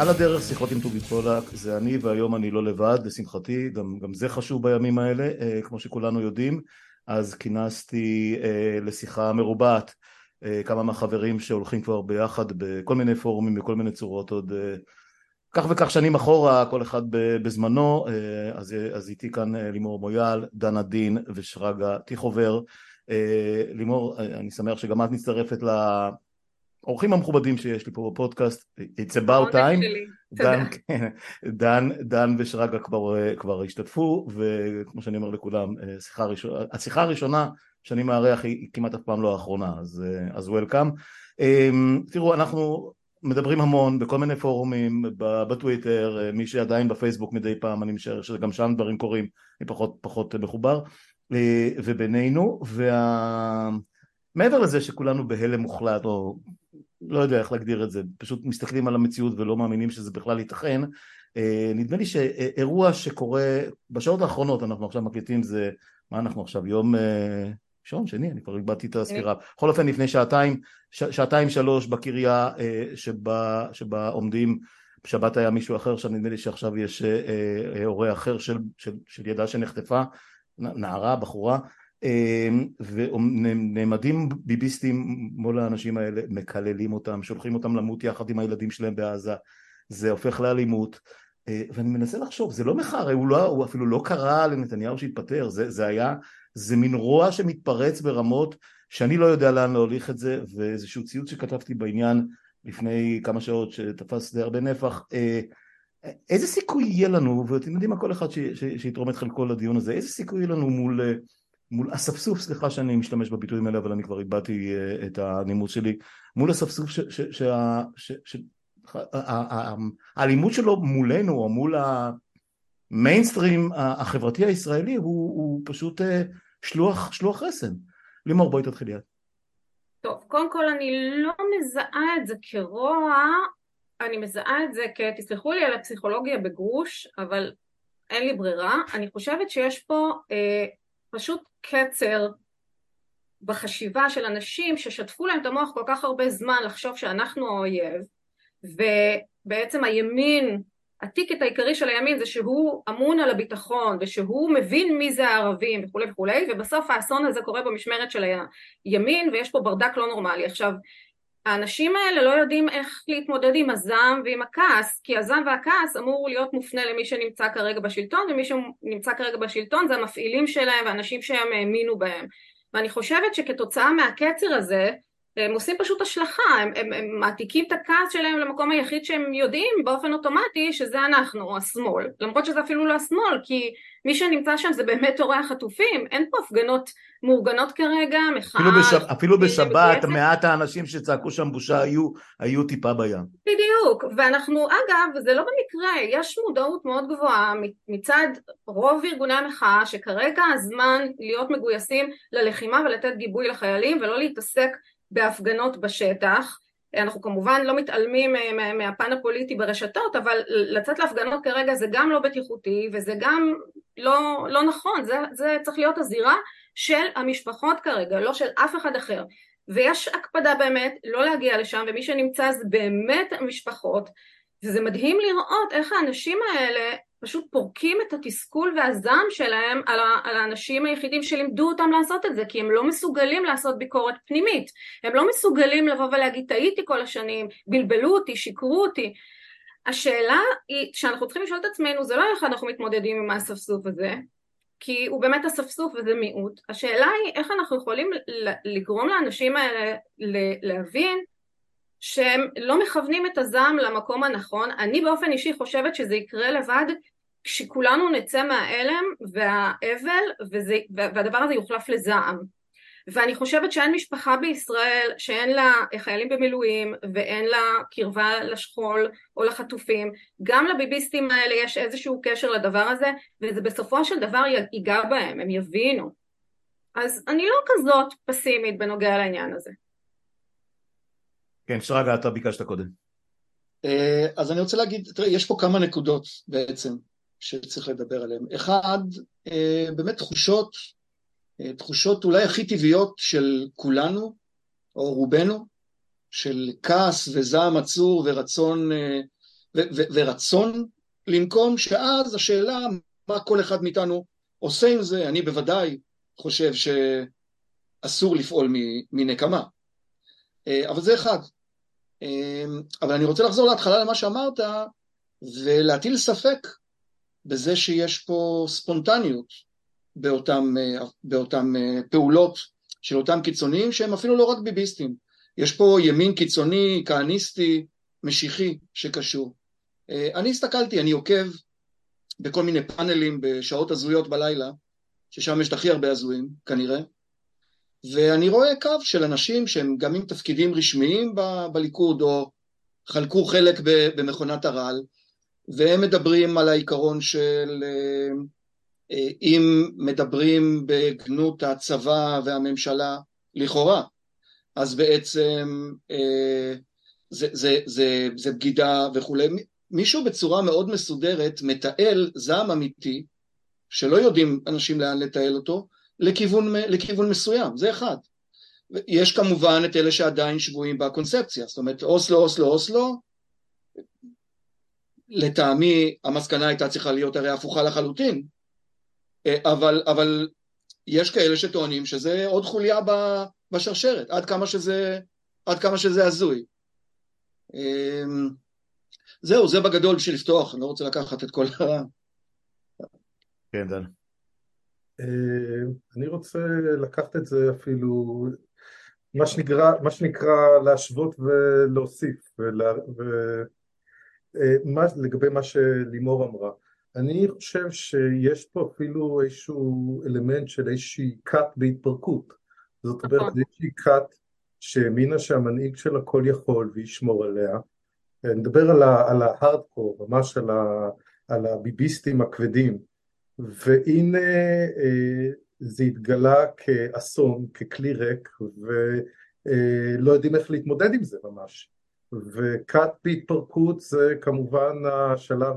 על הדרך שיחות עם טובי פולק, זה אני, והיום אני לא לבד, לשמחתי, גם זה חשוב בימים האלה, כמו שכולנו יודעים. אז כינסתי לשיחה מרובעת כמה מהחברים שהולכים כבר ביחד בכל מיני פורומים, בכל מיני צורות, עוד כך וכך שנים אחורה, כל אחד בזמנו. אז איתי כאן לימור מויאל, דנה דין ושרגא טיחובר. לימור, אני שמח שגם את מצטרפת האורחים המכובדים שיש לי פה בפודקאסט. It's about time. דן ושרגא כבר השתתפו, וכמו שאני אומר לכולם, השיחה הראשונה שאני מארח היא כמעט אף פעם לא האחרונה, אז welcome. תראו, אנחנו מדברים המון בכל מיני פורומים, בטוויטר, מי שעדיין בפייסבוק מדי פעם, אני משער שגם שם דברים קורים, אני פחות מחובר, ובינינו, מעבר לזה שכולנו בהלם מוחלט, או לא יודע איך להגדיר את זה, פשוט מסתכלים על המציאות ולא מאמינים שזה בכלל ייתכן. נדמה לי שאירוע שקורה בשעות האחרונות, אנחנו עכשיו מקליטים, זה, מה אנחנו עכשיו, יום שני, אני כבר הגבלתי את הספירה, בכל אופן לפני שעתיים שלוש בקריה שבה עומדים, בשבת היה מישהו אחר, שם נדמה לי שעכשיו יש הורה אחר של ילדה שנחטפה, נערה, בחורה, ונעמדים ביביסטים מול האנשים האלה, מקללים אותם, שולחים אותם למות יחד עם הילדים שלהם בעזה. זה הופך לאלימות, ואני מנסה לחשוב, זה לא מחר, הוא אפילו לא קרא לנתניהו שהתפטר, זה מין רוע שמתפרץ ברמות שאני לא יודע לאן להוליך את זה. ואיזשהו ציוץ שכתבתי בעניין לפני כמה שעות שתפס די הרבה נפח, איזה סיכוי יהיה לנו, ואתם יודעים מה, כל אחד שיתרום את חלקו לדיון הזה, איזה סיכוי יהיה לנו מול הספסוף, סליחה שאני משתמש בביטויים האלה, אבל אני כבר איבדתי את הנימוס שלי, מול הספסוף האלימות שלו מולנו, או מול המיינסטרים החברתי הישראלי, הוא פשוט שלוח רסן. לימור, בואי תתחילי. טוב, קודם כל אני לא מזהה את זה כרוע, אני מזהה את זה תסלחו לי על הפסיכולוגיה בגרוש, אבל אין לי ברירה. אני חושבת שיש פה פשוט קצר בחשיבה של אנשים ששטפו להם את המוח כל כך הרבה זמן לחשוב שאנחנו האויב, ובעצם הימין, הטיקט העיקרי של הימין זה שהוא אמון על הביטחון, ושהוא מבין מי זה הערבים וכו' וכו', ובסוף האסון הזה קורה במשמרת של הימין, ויש פה ברדק לא נורמלי. עכשיו, האנשים האלה לא יודעים איך להתמודד עם הזעם ועם הכעס, כי הזעם והכעס אמור להיות מופנה למי שנמצא כרגע בשלטון, ומי שנמצא כרגע בשלטון זה המפעילים שלהם ואנשים שהם האמינו בהם. ואני חושבת שכתוצאה מהקצר הזה, הם עושים פשוט השלכה, הם מעתיקים את הכעס שלהם למקום היחיד שהם יודעים באופן אוטומטי שזה אנחנו, השמאל, למרות שזה אפילו לא השמאל, כי מי שנמצא שם זה באמת הורי החטופים, אין פה הפגנות מאורגנות כרגע, מחאה. אפילו בשבת, מעט האנשים שצעקו שם בושה היו טיפה בים. בדיוק, ואנחנו אגב, זה לא במקרה, יש מודעות מאוד גבוהה מצד רוב ארגוני המחאה, שכרגע הזמן להיות מגויסים ללחימה ולתת גיבוי לחיילים, ולא להתעסק בהפגנות בשטח. אנחנו כמובן לא מתעלמים מהפן הפוליטי ברשתות, אבל לצאת להפגנות כרגע זה גם לא בטיחותי, וזה גם לא נכון. זה צריך להיות הזירה של המשפחות כרגע, לא של אף אחד אחר. ויש הקפדה באמת לא להגיע לשם, ומי שנמצא זה באמת המשפחות, וזה מדהים לראות איך האנשים האלה פשוט פורקים את התסכול והזעם שלהם על האנשים היחידים שלימדו אותם לעשות את זה, כי הם לא מסוגלים לעשות ביקורת פנימית, הם לא מסוגלים לבוא ולהגיד טעיתי כל השנים, בלבלו אותי, שיקרו אותי. השאלה היא שאנחנו צריכים לשאול את עצמנו, זה לא איך אנחנו מתמודדים עם הספסוף הזה, כי הוא באמת הספסוף וזה מיעוט. השאלה היא איך אנחנו יכולים לגרום לאנשים האלה להבין שהם לא מכוונים את הזעם למקום הנכון. אני באופן אישי חושבת שזה יקרה לבד כשכולנו נצא מהאלם והאבל, והדבר הזה יוחלף לזעם. ואני חושבת שאין משפחה בישראל שאין לה חיילים במילואים ואין לה קרבה לשכול או לחטופים. גם לביביסטים האלה יש איזשהו קשר לדבר הזה, וזה בסופו של דבר ייגע בהם, הם יבינו. אז אני לא כזאת פסימית בנוגע לעניין הזה. כן, שרגא, אתה ביקשת קודם. אז אני רוצה להגיד, תראה, יש פה כמה נקודות בעצם שצריך לדבר עליהן. אחד, באמת תחושות אולי הכי טבעיות של כולנו, או רובנו, של כעס וזעם עצור ורצון ורצון לנקום, שאז השאלה מה כל אחד מאיתנו עושה עם זה. אני בוודאי חושב שאסור לפעול מנקמה, אבל זה אחד. אבל אני רוצה לחזור להתחלה למה שאמרת, ולהטיל ספק בזה שיש פה ספונטניות באותם פעולות של אותם קיצוניים, שהם אפילו לא רק ביביסטים. יש פה ימין קיצוני, כהניסטי, משיחי שקשור. אני הסתכלתי, אני עוקב בכל מיני פאנלים בשעות הזויות בלילה, ששם יש הכי הרבה הזויים כנראה, ואני רואה קו של אנשים שהם גם עם תפקידים רשמיים בליכוד, או חלקו חלק במכונת הרעל, והם מדברים על העיקרון של אם מדברים בגנות הצבא והממשלה לכאורה, אז בעצם זה בגידה וכולי. מישהו בצורה מאוד מסודרת מתעל זעם אמיתי, שלא יודעים אנשים לאן לתעל אותו, לכיוון מסוים. זה אחד. יש כמובן את אלה שעדיין שבויים בקונספציה, זאת אומרת אוסלו, לטעמי המסקנה הייתה צריכה להיות הרי הפוכה לחלוטין, אבל יש כאלה שטוענים שזה עוד חוליה בשרשרת, עד כמה שזה הזוי. זהו, זה בגדול בשביל לפתוח, אני לא רוצה לקחת את כל כן, דן. אני רוצה לקחת את זה אפילו, מה שנקרא להשוות ולהוסיף, לגבי מה שלימור אמרה. אני חושב שיש פה אפילו איזשהו אלמנט של איזושהי כת בהתפרקות. זאת אומרת, איזושהי כת שהאמינה שהמנהיג שלה כל יכול וישמור עליה. אני מדבר על ההארדקור, ממש על הביביסטים הכבדים. והנה זה התגלה כאסון, ככלי ריק, ולא יודעים איך להתמודד עם זה ממש. וכת בהתפרקות זה כמובן השלב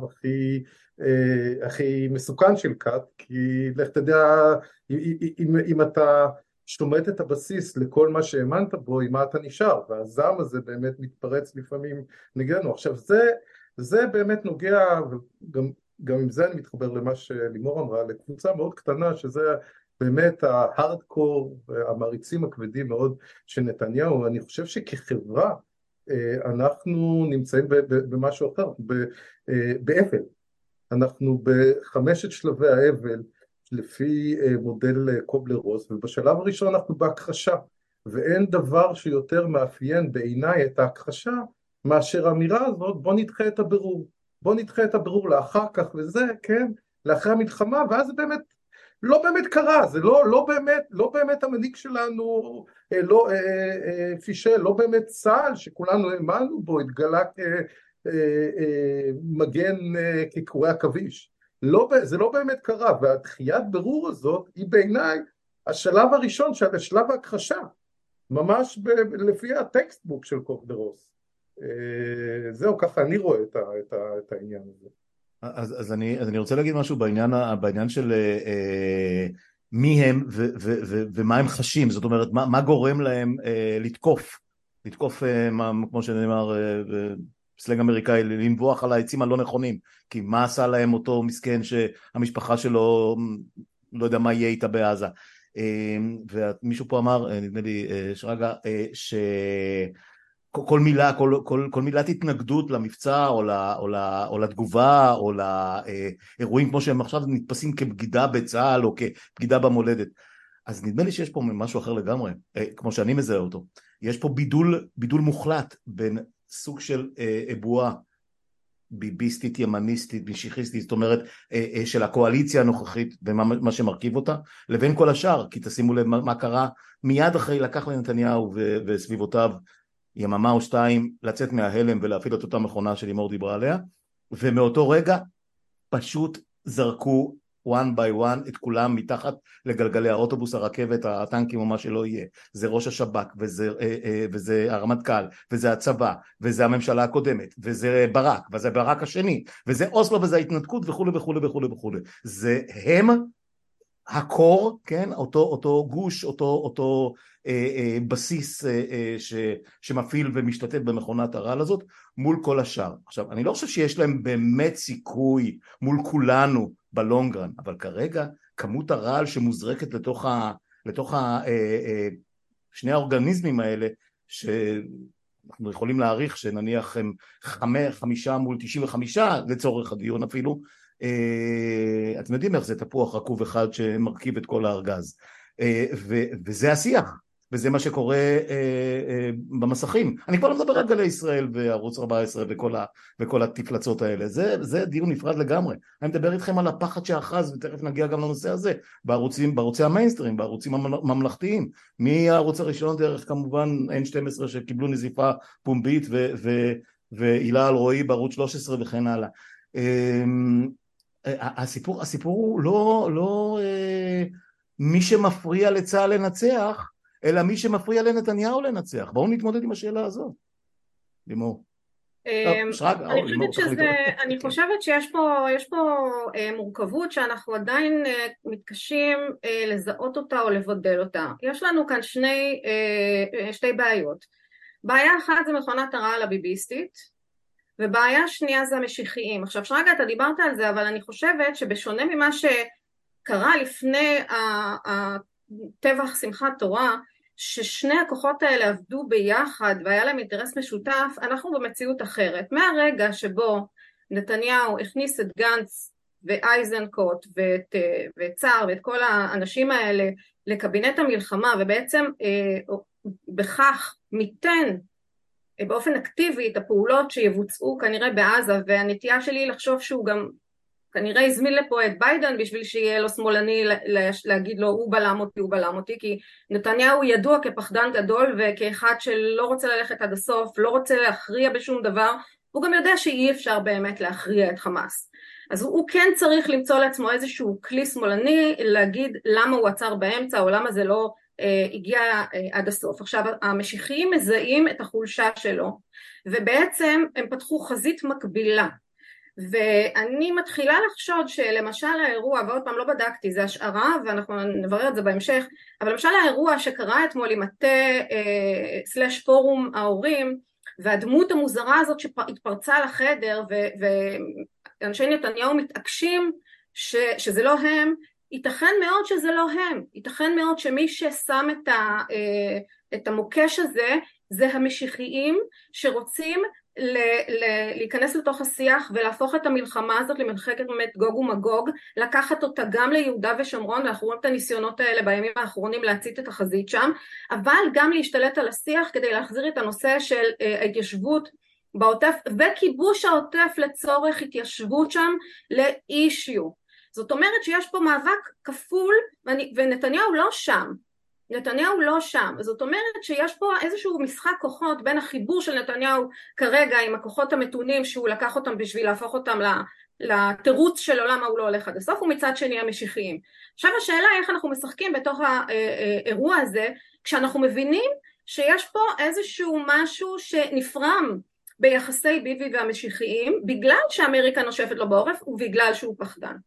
הכי מסוכן של כת, כי לך תדע, אם אתה שומט את הבסיס לכל מה שהאמנת בו, עם מה אתה נשאר, והזעם הזה באמת מתפרץ לפעמים נגדנו. עכשיו זה באמת נוגע, גם עם זה אני מתחבר למה שלימור אמרה, לקבוצה מאוד קטנה, שזה באמת ההארדקור, המעריצים הכבדים מאוד של נתניהו. אני חושב שכחברה אנחנו נמצאים במשהו אחר, באבל. אנחנו בחמשת שלבי האבל, לפי מודל קובלר-רוס, ובשלב הראשון אנחנו בהכחשה, ואין דבר שיותר מאפיין בעיניי את ההכחשה, מאשר האמירה הזאת, בוא נדחה את הבירור לאחר כך וזה, כן, לאחרי המלחמה, ואז זה באמת, לא באמת קרה, זה לא באמת המנהיג שלנו, פישל, לא באמת צה"ל שכולנו האמנו בו, התגלה כמגן כקורי עכביש. זה לא באמת קרה, והדחיית בירור הזאת היא בעיניי השלב הראשון של שלב ההכחשה, ממש לפי הטקסטבוק של קובלר-רוס. זהו, ככה אני רואה את העניין הזה. אז אני רוצה להגיד משהו בעניין של מי הם ומה הם חשים, זאת אומרת מה גורם להם לתקוף כמו שנאמר בסלנג אמריקאי, לנבוח על העצים הלא נכונים, כי מה עשה להם אותו מסכן שהמשפחה שלו לא יודע מה יהיה איתה בעזה. ומישהו פה אמר, נדמה לי שרגע, כל מילת התנגדות למבצע או לתגובה או לאירועים כמו שהם עכשיו נתפסים כבגידה בצה"ל או כבגידה במולדת, אז נדמה לי שיש פה משהו אחר לגמרי, כמו שאני מזהה אותו. יש פה בידול מוחלט בין סוג של בועה ביביסטית, ימניסטית, משיחיסטית, זאת אומרת של הקואליציה הנוכחית ומה שמרכיב אותה, לבין כל השאר. כי תשימו לב מה קרה מיד אחרי לקח לנתניהו וסביבותיו יממה או שתיים לצאת מההלם ולהפעיל את אותה מכונה שלימור דיברה עליה, ומאותו רגע פשוט זרקו one by one את כולם מתחת לגלגלי האוטובוס, הרכבת, הטנקים או מה שלא יהיה. זה ראש השב"כ, וזה הרמטכ"ל, וזה הצבא, וזה הממשלה הקודמת, וזה ברק, וזה ברק השני, וזה אוסלו, וזה ההתנתקות וכו' וכו' וכו' וכו'. זה הם הקור, כן, אותו גוש, אותו בסיס שמפעיל ומשתתף במכונת הרעל הזאת מול כל השאר. עכשיו, אני לא חושב שיש להם באמת סיכוי מול כולנו בלונגרן, אבל כרגע כמות הרעל שמוזרקת לתוך שני האורגניזמים האלה, שאנחנו יכולים להעריך שנניח הם 5 מול 95 לצורך הדיון אפילו, אתם יודעים איך זה תפוח רקוב אחד שמרכיב את כל הארגז, וזה השיח, וזה מה שקורה במסכים. אני כבר לא מדבר על גלי ישראל וערוץ 14 וכל התפלצות האלה, זה דיון נפרד לגמרי. אני מדבר איתכם על הפחד שאחז, ותכף נגיע גם לנושא הזה, בערוצי המיינסטרים, בערוצים הממלכתיים, מהערוץ הראשון דרך כמובן N12 שקיבלו נזיפה פומבית, והילה אלרועי בערוץ 13 וכן הלאה. הסיפור הוא לא מי שמפריע לצה"ל לנצח, אלא מי שמפריע לנתניהו לנצח. בואו נתמודד עם השאלה הזאת. לימור. אני חושבת שיש פה מורכבות שאנחנו עדיין מתקשים לזהות אותה או לבדל אותה. יש לנו כאן שתי בעיות. בעיה אחת זה מכונת הרעל הביביסטית, ובעיה שנייה זה המשיחיים. עכשיו שרגע אתה דיברת על זה, אבל אני חושבת שבשונה ממה שקרה לפני הטבח שמחת תורה, ששני הכוחות האלה עבדו ביחד והיה להם אינטרס משותף, אנחנו במציאות אחרת. מהרגע שבו נתניהו הכניס את גנץ ואייזנקוט ואת צער ואת כל האנשים האלה לקבינט המלחמה, ובעצם בכך מיתן באופן אקטיבי את הפעולות שיבוצעו כנראה בעזה, והנטייה שלי לחשוב שהוא גם כנראה הזמין לפה את ביידן בשביל שיהיה לו שמאלני להגיד לו הוא בלם אותי, כי נתניהו ידוע כפחדן גדול וכאחד שלא רוצה ללכת עד הסוף, לא רוצה להכריע בשום דבר, הוא גם יודע שאי אפשר באמת להכריע את חמאס. אז הוא כן צריך למצוא לעצמו איזשהו כלי שמאלני להגיד למה הוא עצר באמצע או למה זה לא הגיע עד הסוף. עכשיו המשיחיים מזהים את החולשה שלו, ובעצם הם פתחו חזית מקבילה, ואני מתחילה לחשוד שלמשל האירוע, ועוד פעם לא בדקתי, זה השערה ואנחנו נברר את זה בהמשך, אבל למשל האירוע שקרה אתמול עם מטה סלש פורום ההורים, והדמות המוזרה הזאת שהתפרצה לחדר, ואנשי נתניהו מתעקשים שזה לא הם, ייתכן מאוד שזה לא הם, ייתכן מאוד שמי ששם את המוקש הזה זה המשיחיים שרוצים להיכנס לתוך השיח ולהפוך את המלחמה הזאת למלחמת גוג ומגוג, לקחת אותה גם ליהודה ושומרון, ואנחנו רואים את הניסיונות האלה בימים האחרונים להצית את החזית שם, אבל גם להשתלט על השיח כדי להחזיר את הנושא של ההתיישבות בעוטף וכיבוש העוטף לצורך התיישבות שם לאישיו. זאת אומרת שיש פה מאבק כפול, ונתניהו לא שם. נתניהו לא שם, זאת אומרת שיש פה איזשהו משחק כוחות בין החיבור של נתניהו כרגע עם הכוחות המתונים שהוא לקח אותם בשביל להפוך אותם לתירוץ של למה הוא לא הולך עד הסוף, ומצד שני המשיחיים. עכשיו השאלה היא איך אנחנו משחקים בתוך האירוע הזה, כשאנחנו מבינים שיש פה איזשהו משהו שנפרם ביחסי ביבי והמשיחיים, בגלל שאמריקה נושפת לו בעורף ובגלל שהוא פחדן.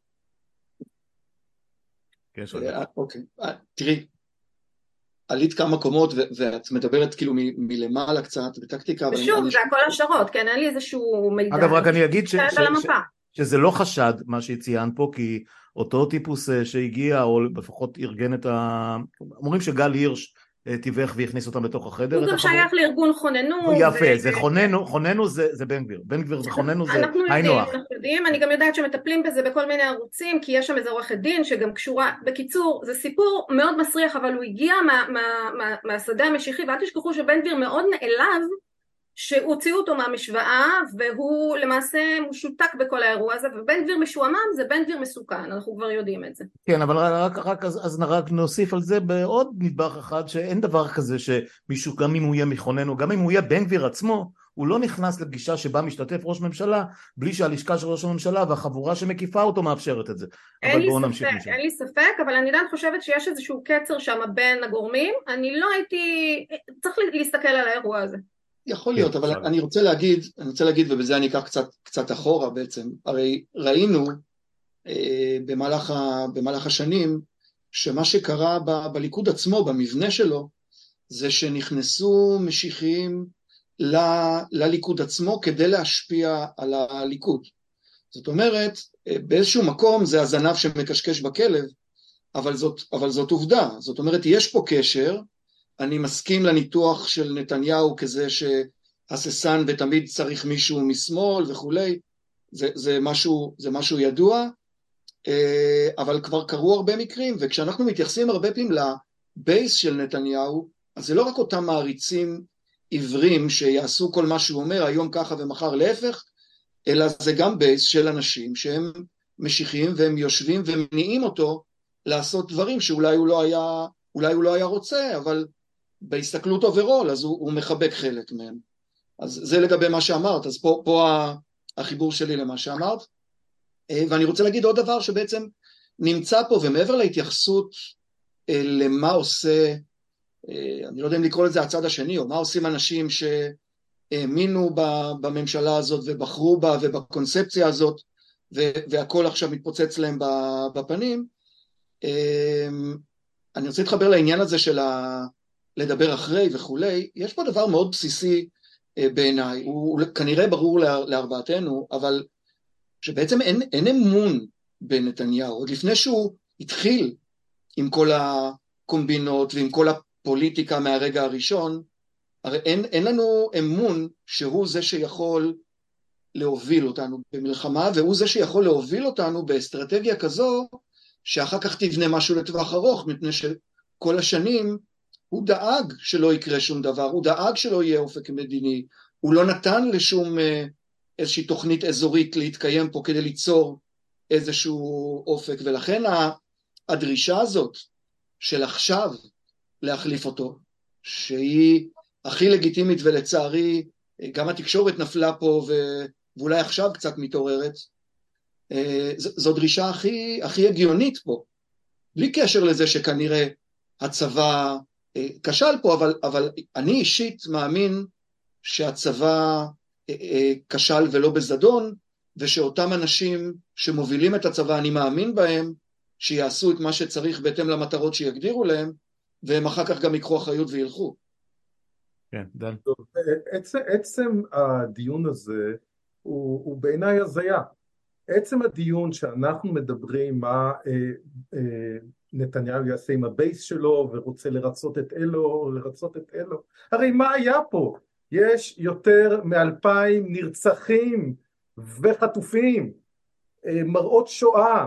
אוקיי, תראי, עלית כמה קומות ואת מדברת כאילו מלמעלה קצת בטקטיקה. ושוב, זה הכל השערות, כן, אין לי איזשהו מידע. אגב, רק אני אגיד שזה לא חשד מה שציינת פה, כי אותו טיפוס שהגיע, או לפחות ארגן אומרים שגל הירש תיווך והכניס אותם לתוך החדר. הוא גם שייך לארגון חוננו. יפה, זה חוננו זה בן גביר. בן גביר זה חוננו, זה היינו. אנחנו יודעים, אני גם יודעת שמטפלים בזה בכל מיני ערוצים, כי יש שם איזה עורכת דין שגם קשורה, בקיצור, זה סיפור מאוד מסריח, אבל הוא הגיע מהשדה המשיחי, ואל תשכחו שבן גביר מאוד נעלב, שהוציאו אותו מהמשוואה, והוא למעשה משותק בכל האירוע הזה, ובן גביר משועמם זה בן גביר מסוכן, אנחנו כבר יודעים את זה. כן, אבל רק נוסיף על זה בעוד נדבך אחד, שאין דבר כזה שמישהו, גם אם הוא יהיה מכוננו, גם אם הוא יהיה בן גביר עצמו, הוא לא נכנס לפגישה שבה משתתף ראש ממשלה, בלי שהלשכה של ראש הממשלה והחבורה שמקיפה אותו מאפשרת את זה. אין לי ספק, אבל אני עדיין חושבת שיש איזשהו קצר שם בין הגורמים, אני לא הייתי, צריך להסתכל על האירוע הזה. יכול להיות, אבל אני רוצה להגיד, ובזה אני אקח קצת אחורה בעצם, הרי ראינו במהלך השנים שמה שקרה בליכוד עצמו, במבנה שלו, זה שנכנסו משיחיים לליכוד עצמו כדי להשפיע על הליכוד. זאת אומרת, באיזשהו מקום זה הזנב שמקשקש בכלב, אבל זאת עובדה. זאת אומרת, יש פה קשר, אני מסכים לניתוח של נתניהו כזה שהססן ותמיד צריך מישהו משמאל וכולי, זה משהו ידוע, אבל כבר קרו הרבה מקרים, וכשאנחנו מתייחסים הרבה פעמים לבייס של נתניהו, אז זה לא רק אותם מעריצים עיוורים שיעשו כל מה שהוא אומר, היום ככה ומחר להפך, אלא זה גם בייס של אנשים שהם משיחיים והם יושבים ומניעים אותו לעשות דברים שאולי הוא לא היה רוצה, אבל בהסתכלות אוברול, אז הוא מחבק חלק מהם. אז זה לגבי מה שאמרת, אז פה החיבור שלי למה שאמרת. ואני רוצה להגיד עוד דבר שבעצם נמצא פה, ומעבר להתייחסות למה עושה, אני לא יודע אם לקרוא לזה הצד השני, או מה עושים אנשים שהאמינו בממשלה הזאת ובחרו בה ובקונספציה הזאת, והכל עכשיו מתפוצץ להם בפנים, אני רוצה להתחבר לעניין הזה של לדבר אחרי וכולי. יש פה דבר מאוד בסיסי בעיניי, הוא כנראה ברור לארבעתנו, אבל שבעצם אין אמון בנתניהו, עוד לפני שהוא התחיל עם כל הקומבינות ועם כל הפוליטיקה מהרגע הראשון, הרי אין לנו אמון שהוא זה שיכול להוביל אותנו במלחמה, והוא זה שיכול להוביל אותנו באסטרטגיה כזו, שאחר כך תבנה משהו לטווח ארוך, מפני שכל השנים הוא דאג שלא יקרה שום דבר, הוא דאג שלא יהיה אופק מדיני, הוא לא נתן לשום איזושהי תוכנית אזורית להתקיים פה כדי ליצור איזשהו אופק, ולכן הדרישה הזאת של עכשיו להחליף אותו, שהיא הכי לגיטימית, ולצערי גם התקשורת נפלה פה ואולי עכשיו קצת מתעוררת, זו דרישה הכי הגיונית פה, בלי קשר לזה שכנראה הצבא כשל פה, אבל אני אישית מאמין שהצבא כשל ולא בזדון, ושאותם אנשים שמובילים את הצבא, אני מאמין בהם, שיעשו את מה שצריך בהתאם למטרות שיגדירו להם, והם אחר כך גם יקחו אחריות וילכו. כן, דן. עצם הדיון הזה הוא בעיניי הזיה. עצם הדיון שאנחנו מדברים מה נתניהו יעשה עם הבייס שלו, ורוצה לרצות את אלו, הרי מה היה פה? יש יותר מ2,000 נרצחים וחטופים, מראות שואה,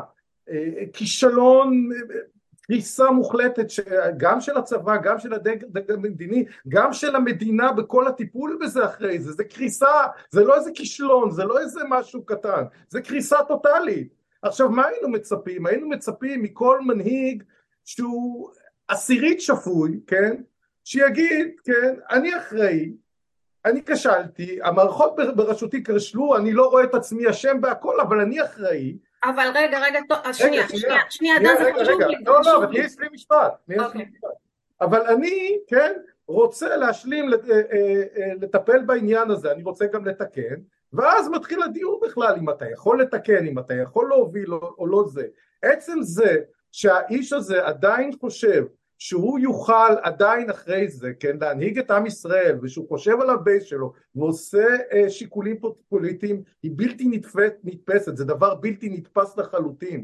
כישלון, קריסה מוחלטת גם של הצבא, גם של הדרג המדיני, גם של המדינה בכל הטיפול בזה אחרי זה. זה קריסה, זה לא איזה כישלון, זה לא איזה משהו קטן, זה קריסה טוטלית. עכשיו מה היינו מצפים? היינו מצפים מכל מנהיג שהוא עשירית שפוי, כן? שיגיד, כן, אני אחראי, אני כשלתי, המערכות בראשותי כשלו, אני לא רואה את עצמי אשם בהכל, אבל אני אחראי. אבל רגע, שנייה, דן, זה חשוב לי. לא, תהיה אצלי משפט. אבל אני, כן, רוצה להשלים, לטפל בעניין הזה, אני רוצה גם לתקן, ואז מתחיל הדיון בכלל, אם אתה יכול לתקן, אם אתה יכול להוביל או לא זה. עצם זה שהאיש הזה עדיין חושב, שהוא יוכל עדיין אחרי זה, כן, להנהיג את עם ישראל, ושהוא חושב על הבייס שלו, ועושה שיקולים פוליטיים, היא בלתי נתפסת, זה דבר בלתי נתפס לחלוטין,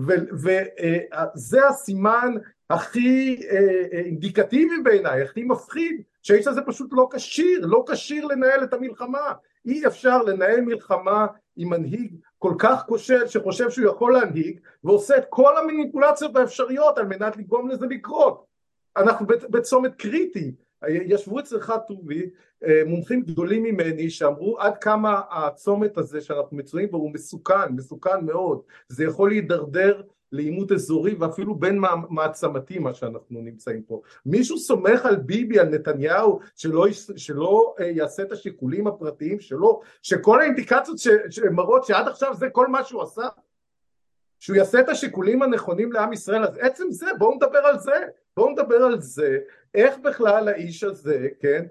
וזה הסימן הכי אינדיקטיבי בעיניי, הכי מפחיד, שהאיש הזה פשוט לא כשיר לנהל את המלחמה. אי אפשר לנהל מלחמה עם מנהיג כל כך כושל שחושב שהוא יכול להנהיג, ועושה את כל המניפולציות האפשריות על מנת לגרום לזה לקרות. אנחנו בצומת קריטי. ישבו אצלך טובי מומחים גדולים ממני שאמרו עד כמה הצומת הזה שאנחנו מצויים בו הוא מסוכן מאוד. זה יכול להידרדר לעימות אזורי ואפילו בין מעצמתי מה שאנחנו נמצאים פה. מישהו סומך על ביבי, על נתניהו, שלא יעשה את השיקולים הפרטיים שלו, שכל האינדיקציות שמראות שעד עכשיו זה כל מה שהוא עשה, שהוא יעשה את השיקולים הנכונים לעם ישראל. אז עצם זה, בואו נדבר על זה, איך בכלל האיש הזה, כן,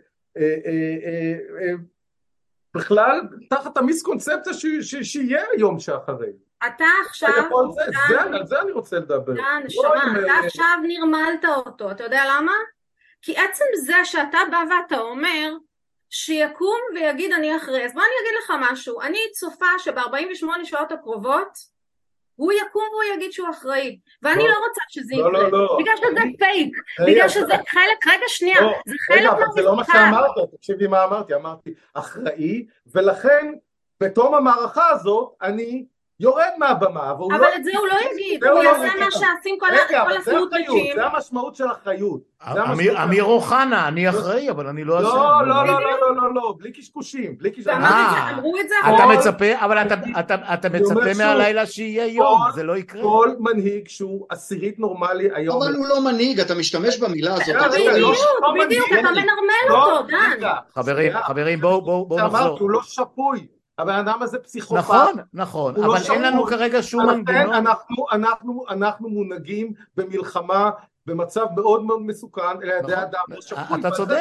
בכלל תחת המיסקונספציה שיהיה היום שאחרי. אתה עכשיו, על זה אני רוצה לדבר. דן, נשמה, אתה עכשיו נרמלת אותו, אתה יודע למה? כי עצם זה שאתה בא ואתה אומר שיקום ויגיד אני אחרי, אז בוא אני אגיד לך משהו, אני צופה שב-48 שעות הקרובות הוא יקום והוא יגיד שהוא אחראי, ואני לא רוצה שזה יקרה, בגלל שזה פייק, בגלל שזה חלק, רגע שנייה, זה חלק מהמשחק. אבל זה לא מה שאמרת, תקשיבי מה אמרתי, אמרתי אחראי, ולכן בתום המערכה הזאת אני יורד מהבמה, אבל את זה הוא לא יגיד, הוא יעשה מה שעשים כל הסמוטריצ'ים. זה המשמעות של אחריות. אמיר אוחנה, אני אחראי, אבל אני לא אעשה. לא, בלי קשקושים. אמרו את זה. אתה מצפה, אבל אתה מצפה מהלילה שיהיה יום, זה לא יקרה. כל מנהיג שהוא עשירית נורמלי היום. אבל הוא לא מנהיג, אתה משתמש במילה הזאת. בדיוק, אתה מנרמל אותו, דן. חברים, בואו נחזור. הוא לא שפוי. הבן אדם הזה פסיכופת. נכון, אבל אין לנו כרגע שום מנגנון. אנחנו מונהגים במלחמה, במצב מאוד מאוד מסוכן, אלא ידי אדם לא שפוי.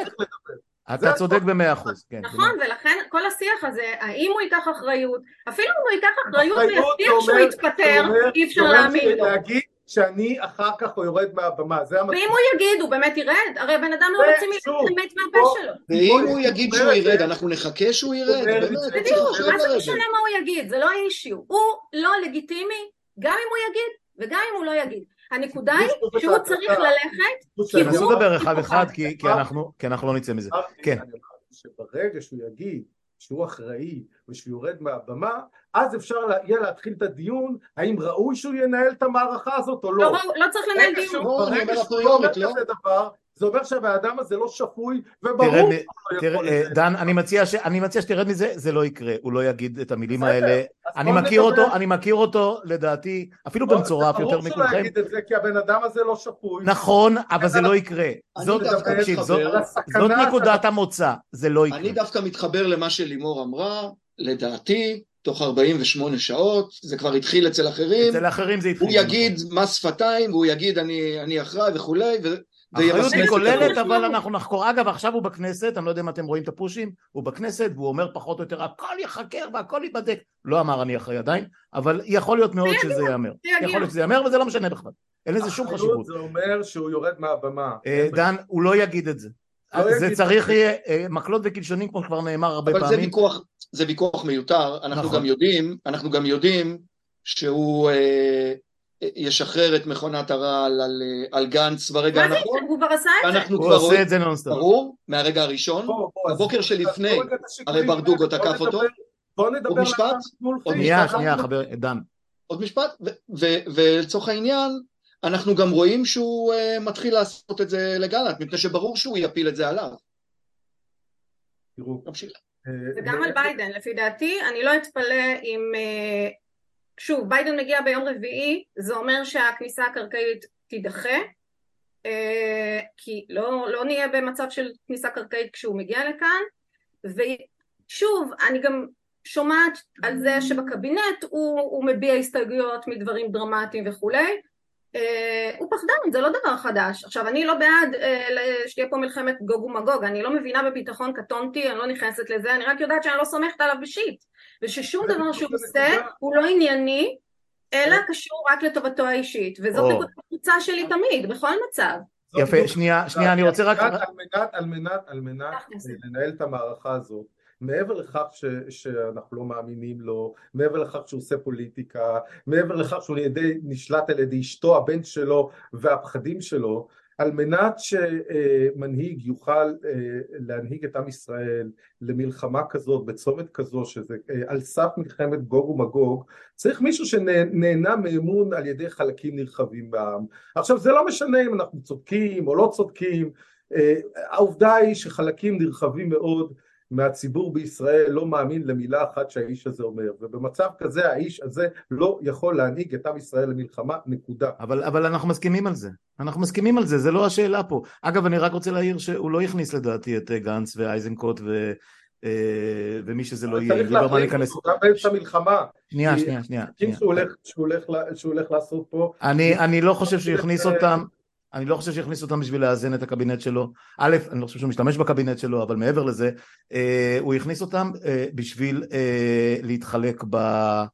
אתה צודק ב100%. נכון, ולכן כל השיח הזה, האם הוא ייקח אחריות, אפילו אם הוא ייקח אחריות ויבטיח שהוא יתפטר, אי אפשר להאמין לו. להגיד שאני אחר כך הוא יורד מהבמה, זה ואם הוא יגיד, הוא באמת ירד, הרי בן אדם לא רוצים להמת מהפה שלו. ואם הוא יגיד שהוא ירד, אנחנו נחכה שהוא ירד, בדיוק, מה זה משנה מה הוא יגיד, זה לא אישיו, הוא לא לגיטימי, גם אם הוא יגיד, וגם אם הוא לא יגיד. הנקודה היא שהוא צריך ללכת, נסו לדבר אחד, כי אנחנו לא נצא מזה. כן. שברגע שהוא יגיד שהוא אחראי ושהוא יורד מהבמה, אז אפשר יהיה להתחיל את הדיון, האם ראוי שהוא ינהל את המערכה הזאת או לא. לא צריך לנהל דיון. ברגע שהוא אומר כזה דבר, זה אומר שהאדם הזה לא שפוי, וברור. דן, אני מציע שתרד מזה, זה לא יקרה, הוא לא יגיד את המילים האלה. אני מכיר אותו, לדעתי, אפילו במצורף יותר מכולכם. ברור שלא יגיד את זה, כי הבן אדם הזה לא שפוי. נכון, אבל זה לא יקרה. זאת נקודת המוצא, זה לא יקרה. אני דווקא מתחבר למה שלימור אמרה, לדעתי, תוך 48 שעות, זה כבר התחיל אצל אחרים. אצל אחרים זה התחיל. הוא יגיד מס שפתיים, והוא יגיד אני אחראי וכולי, אחריות היא כוללת, אבל אנחנו נחקור. אגב, עכשיו הוא בכנסת, אני לא יודע אם אתם רואים את הפושים, הוא בכנסת, והוא אומר פחות או יותר, הכל יחקר והכל ייבדק. לא אמר אני אחראי עדיין, אבל יכול להיות מאוד שזה יאמר. יכול להיות שזה יאמר, וזה לא משנה בכלל. אין לזה שום חשיבות. זה אומר שהוא יורד מהבמה. דן, הוא לא יגיד את זה. זה צריך יהיה מקלות וקלשונים, כמו כבר נאמר הרבה פעמים. אבל זה ויכוח מיותר. אנחנו גם יודעים שהוא ישחרר את מכונת הרעל על גנץ ברגע הנכון. הוא כבר עשה את זה. הוא עושה את זה נונסטופ. ברור, מהרגע הראשון. בבוקר שלפני, הרי ברדוגו תקף אותו. עוד משפט? שנייה, חבר, דן. עוד משפט, ולצורך העניין, אנחנו גם רואים שהוא מתחיל לעשות את זה לגלנט, מפני שברור שהוא יפיל את זה עליו. וגם על ביידן, לפי דעתי, אני לא אתפלא אם, שוב, ביידן מגיע ביום רביעי, זה אומר שהכניסה הקרקעית תידחה, כי לא נהיה במצב של כניסה קרקעית כשהוא מגיע לכאן, ושוב, אני גם שומעת על זה שבקבינט הוא מביע הסתייגויות מדברים דרמטיים וכולי, הוא פחדן, זה לא דבר חדש. עכשיו אני לא בעד שתהיה פה מלחמת גוג ומגוג, אני לא מבינה בביטחון, קטונתי, אני לא נכנסת לזה, אני רק יודעת שאני לא סומכת עליו בשיט, וששום דבר שהוא עושה הוא לא ענייני, אלא קשור רק לטובתו האישית, וזאת הקבוצה שלי תמיד, בכל מצב. יפה, שנייה, אני רוצה רק... על מנת לנהל את המערכה הזאת, מעבר לכך שאנחנו לא מאמינים לו, מעבר לכך שהוא עושה פוליטיקה, מעבר לכך שהוא נשלט על ידי אשתו, הבן שלו והפחדים שלו, על מנת שמנהיג יוכל להנהיג את עם ישראל למלחמה כזאת, בצומת כזו, שזה על סף מלחמת גוג ומגוג, צריך מישהו שנהנה מאמון על ידי חלקים נרחבים בעם. עכשיו זה לא משנה אם אנחנו צודקים או לא צודקים, העובדה היא שחלקים נרחבים מאוד מהציבור בישראל לא מאמין למילה אחת שהאיש הזה אומר, ובמצב כזה האיש הזה לא יכול להנהיג את עם ישראל למלחמה, נקודה. אבל אנחנו מסכימים על זה, זה לא השאלה פה. אגב, אני רק רוצה להעיר שהוא לא יכניס לדעתי את גנץ ואייזנקוט ומי שזה לא יהיה. צריך להחליט, הוא גם באמצע המלחמה. שנייה. שהוא הולך לעשות פה. אני לא חושב שיכניס אותם. אני לא חושב שיכניס אותם בשביל לאזן את הקבינט שלו. א', אני לא חושב שהוא משתמש בקבינט שלו, אבל מעבר לזה, הוא יכניס אותם בשביל להתחלק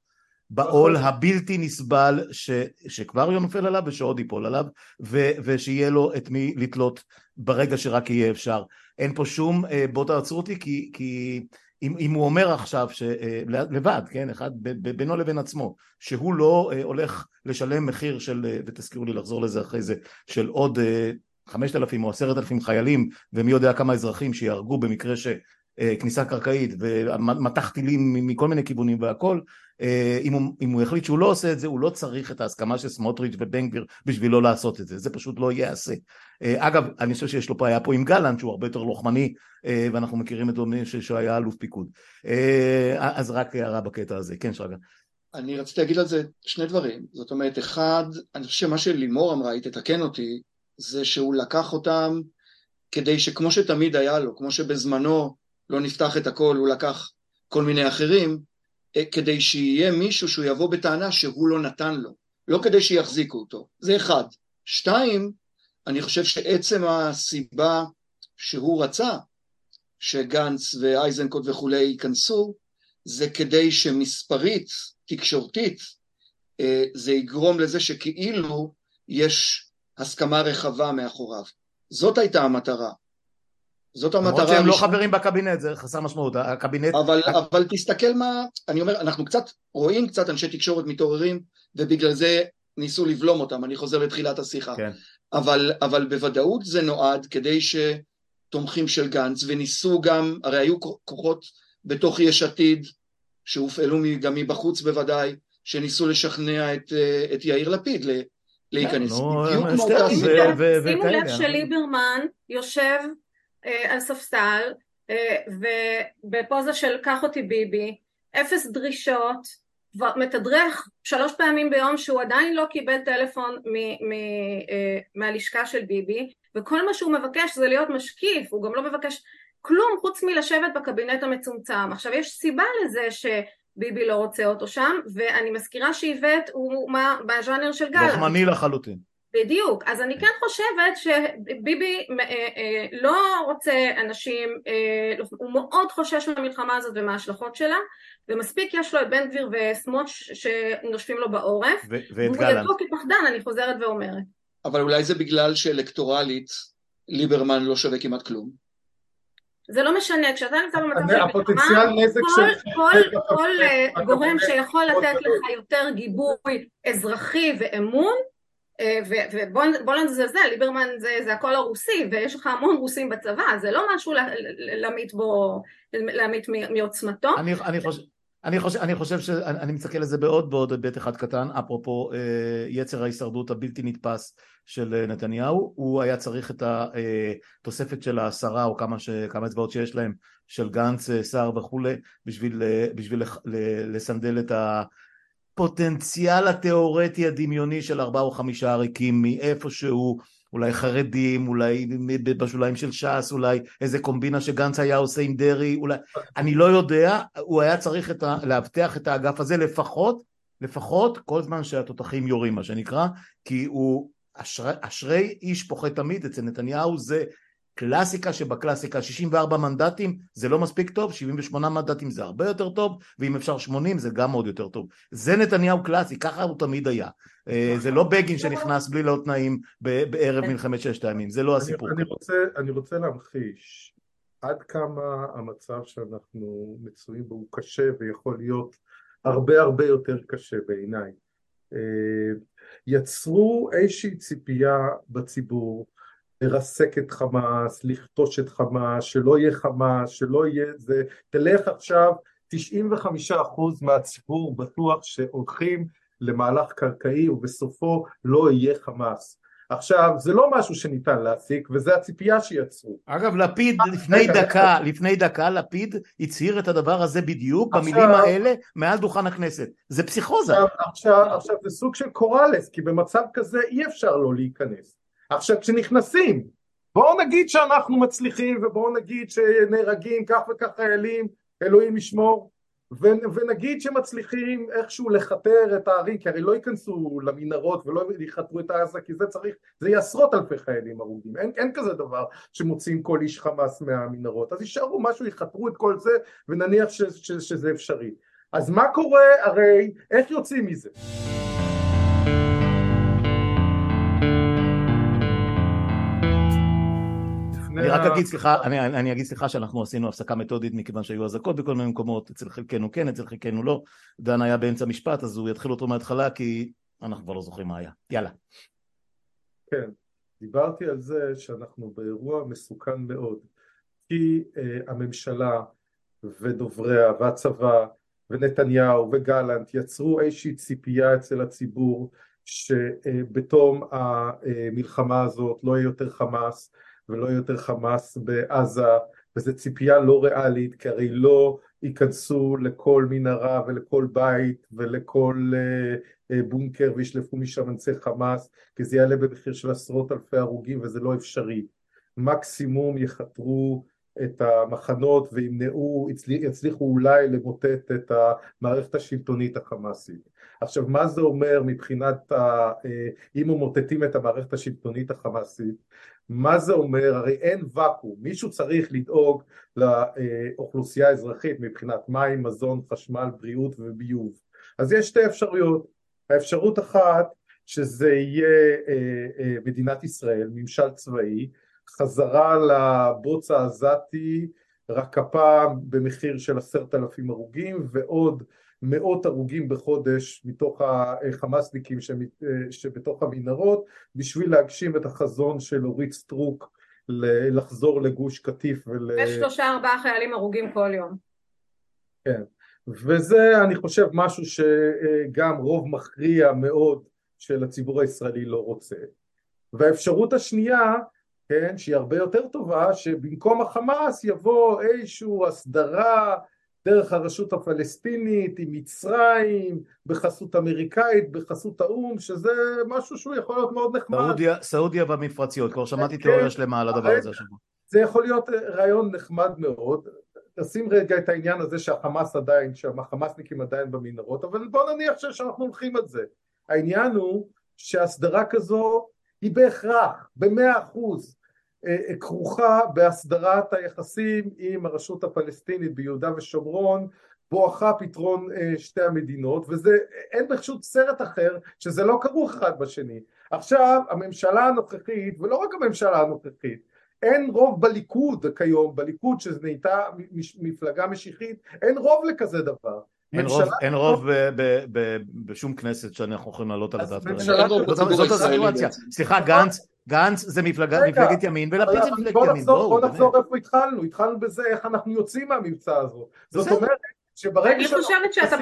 בעול הבלתי נסבל שכבר נופל עליו ושעוד ייפול עליו, ושיהיה לו את מי לתלות ברגע שרק יהיה אפשר. אין פה שום, בוא תעצרו אותי, כי אם הוא אומר עכשיו לבד, כן, אחד בינו לבין עצמו, שהוא לא הולך לשלם מחיר של, ותזכירו לי לחזור לזה אחרי זה, של עוד 5,000 או 10,000 חיילים, ומי יודע כמה אזרחים שיהרגו במקרה שכניסה קרקעית ומתח טילים מכל מיני כיוונים והכל, אם הוא החליט שהוא לא עושה את זה, הוא לא צריך את ההסכמה של סמוטריץ' ובן גביר בשביל לא לעשות את זה, זה פשוט לא יעשה. אגב, אני חושב שיש לו פה, היה פה עם גלנט שהוא הרבה יותר לוחמני, ואנחנו מכירים את זה שהוא היה אלוף פיקוד. אז רק הערה בקטע הזה. כן, שרגא. אני רציתי להגיד על זה שני דברים. זאת אומרת, אחד, אני חושב שמה שלימור אמרה, היא תתקן אותי, זה שהוא לקח אותם כדי שכמו שתמיד היה לו, כמו שבזמנו לא נפתח את הכל, הוא לקח כל מיני אחרים, כדי שיהיה מישהו שהוא יבוא בטענה שהוא לא נתן לו, לא כדי שיחזיקו אותו. זה אחד. שתיים, אני חושב שעצם הסיבה שהוא רצה שגנץ ואייזנקוט וכולי ייכנסו, זה כדי שמספרית, תקשורתית, זה יגרום לזה שכאילו יש הסכמה רחבה מאחוריו. זאת הייתה המטרה. זאת המטרה. למרות שהם לא חברים בקבינט, זה חסר משמעות. הקבינט... אבל תסתכל מה, אני אומר, אנחנו קצת רואים קצת אנשי תקשורת מתעוררים, ובגלל זה ניסו לבלום אותם, אני חוזר לתחילת השיחה. כן. אבל בוודאות זה נועד כדי שתומכים של גנץ, וניסו גם, הרי היו כוחות בתוך יש עתיד, שהופעלו גם מבחוץ בוודאי, שניסו לשכנע את יאיר לפיד להיכנס. שימו לב שליברמן יושב על ספסל, ובפוזה של קח אותי ביבי, 0 דרישות, מתדרך 3 פעמים ביום שהוא עדיין לא קיבל טלפון מהלשכה של ביבי, וכל מה שהוא מבקש זה להיות משקיף, הוא גם לא מבקש כלום חוץ מלשבת בקבינט המצומצם. עכשיו יש סיבה לזה שביבי לא רוצה אותו שם, ואני מזכירה שאיווט הוא בז'אנר של גלנט. לוחמני לחלוטין. בדיוק, אז אני כן חושבת שביבי לא רוצה אנשים, הוא מאוד חושש מהמלחמה הזאת ומההשלכות שלה, ומספיק יש לו את בן גביר וסמוטריץ' שנושפים לו בעורף, והוא ידוע כפחדן, אני חוזרת ואומרת. אבל אולי זה בגלל שאלקטורלית ליברמן לא שווה כמעט כלום. זה לא משנה, כשאתה נמצא במצב של הפוטנציאל נזק כל גורם שיכול לתת לך יותר גיבוי אזרחי ואמון, ובוא נזלזל, ליברמן זה הכל הרוסי, ויש לך המון רוסים בצבא, זה לא משהו להמית מעוצמתו. אני חושב שאני מסתכל על זה בעוד היבט אחד קטן, אפרופו יצר ההישרדות הבלתי נתפס של נתניהו, הוא היה צריך את התוספת של 10 או כמה אצבעות שיש להם, של גנץ, סער וכולי, בשביל לסנדל את הפוטנציאל התיאורטי הדמיוני של 4 או 5 עריקים מאיפשהו, אולי חרדים, אולי בשוליים של ש"ס, אולי איזה קומבינה שגנץ היה עושה עם דרי, אולי, אני לא יודע, הוא היה צריך להבטח את האגף הזה לפחות כל זמן שהתותחים יורים, מה שנקרא, כי הוא אשרי איש פוחד תמיד. אצל נתניהו זה קלאסיקה שבקלאסיקה, 64 מנדטים זה לא מספיק טוב, 78 מנדטים זה הרבה יותר טוב, ואם אפשר 80 זה גם עוד יותר טוב. זה נתניהו קלאסי, ככה הוא תמיד היה. זה לא בגין שנכנס בלי לא תנאים בערב מלחמת 6 הימים, זה לא הסיפור. אני רוצה להמחיש עד כמה המצב שאנחנו מצויים בו הוא קשה, ויכול להיות הרבה יותר קשה בעיניי. יצרו איזושהי ציפייה בציבור, לרסק את חמאס, לכתוש את חמאס, שלא יהיה חמאס, שלא יהיה זה, תלך עכשיו, 95% מהציבור בטוח שהולכים למהלך קרקעי ובסופו לא יהיה חמאס. עכשיו, זה לא משהו שניתן להסיק, וזה הציפייה שיצרו. אגב, לפיד, לפני דקה, לפיד הצהיר את הדבר הזה בדיוק, במילים האלה, מעל דוכן הכנסת. זה פסיכוזה. עכשיו, זה סוג של קוראלס, כי במצב כזה אי אפשר לא להיכנס. עכשיו, כשנכנסים, בואו נגיד שאנחנו מצליחים, ובואו נגיד שנהרגים כך וכך חיילים, אלוהים ישמור, ונגיד שמצליחים איכשהו לחתר את הערים, כי הרי לא ייכנסו למנהרות ולא יחתרו את העזה, כי זה יהיה עשרות אלפי חיילים הרוגים, אין כזה דבר שמוצאים כל איש חמאס מהמנהרות, אז יישארו משהו, יחתרו את כל זה, ונניח שזה אפשרי. אז מה קורה הרי, איך יוצאים מזה? אני רק אגיד סליחה, אני אגיד סליחה שאנחנו עשינו הפסקה מתודית מכיוון שהיו אזעקות בכל מיני מקומות, אצל חלקנו כן, אצל חלקנו לא. דן היה באמצע משפט, אז הוא יתחיל אותו מההתחלה כי אנחנו כבר לא זוכרים מה היה. יאללה. כן, דיברתי על זה שאנחנו באירוע מסוכן מאוד, כי הממשלה ודובריה והצבא ונתניהו וגלנט יצרו איזושהי ציפייה אצל הציבור שבתום המלחמה הזאת לא יהיה יותר חמאס ולא יהיה יותר חמאס בעזה, וזו ציפייה לא ריאלית, כי הרי לא ייכנסו לכל מנהרה ולכל בית ולכל בונקר וישלפו משם אנשי חמאס, כי זה יעלה במחיר של עשרות אלפי הרוגים וזה לא אפשרי. מקסימום יחתרו את המחנות וימנעו, יצליחו אולי למוטט את המערכת השלטונית החמאסית. עכשיו מה זה אומר מבחינת, אם הם מוטטים את המערכת השלטונית החמאסית, מה זה אומר? הרי אין וקום, מישהו צריך לדאוג לאוכלוסייה האזרחית מבחינת מים, מזון, חשמל, בריאות וביוב. אז יש שתי אפשרויות. האפשרות אחת שזה יהיה מדינת ישראל, ממשל צבאי, חזרה לבוץ העזתי, רק הפעם במחיר של 10,000 הרוגים ועוד מאות הרוגים בחודש מתוך החמאסניקים שבתוך המנהרות, בשביל להגשים את החזון של אורית סטרוק לחזור לגוש קטיף יש 3-4 חיילים הרוגים כל יום. כן, וזה אני חושב משהו שגם רוב מכריע מאוד של הציבור הישראלי לא רוצה. והאפשרות השנייה, כן, שהיא הרבה יותר טובה, שבמקום החמאס יבוא איזשהו הסדרה דרך הרשות הפלסטינית עם מצרים, בחסות אמריקאית, בחסות האום, שזה משהו שהוא יכול להיות מאוד נחמד. סעודיה במפרציות, כבר שמעתי תיאוריה שלמה על הדבר הזה השבוע. זה יכול להיות רעיון נחמד מאוד. נשים רגע את העניין הזה שהחמאס עדיין, שהחמאסניקים עדיין במנהרות, אבל בוא נניח שאנחנו הולכים על זה. העניין הוא שהסדרה כזו היא בהכרח, ב100%, כרוכה בהסדרת היחסים עם הרשות הפלסטינית ביהודה ושומרון, בואכה פתרון שתי המדינות, וזה אין פשוט סרט אחר שזה לא כרוך אחד בשני. עכשיו הממשלה הנוכחית, ולא רק הממשלה הנוכחית, אין רוב בליכוד כיום, בליכוד שזה נהייתה מפלגה משיחית, אין רוב לכזה דבר. אין רוב בשום כנסת שאנחנו יכולים לעלות על הדעת. זאת הסיטואציה. סליחה, גנץ זה מפלגת ימין ולפיד זה מפלגת ימין. בוא נחזור איפה התחלנו בזה, איך אנחנו יוצאים מהמבצע הזו. זאת אומרת שברגע אני חושבת שאתה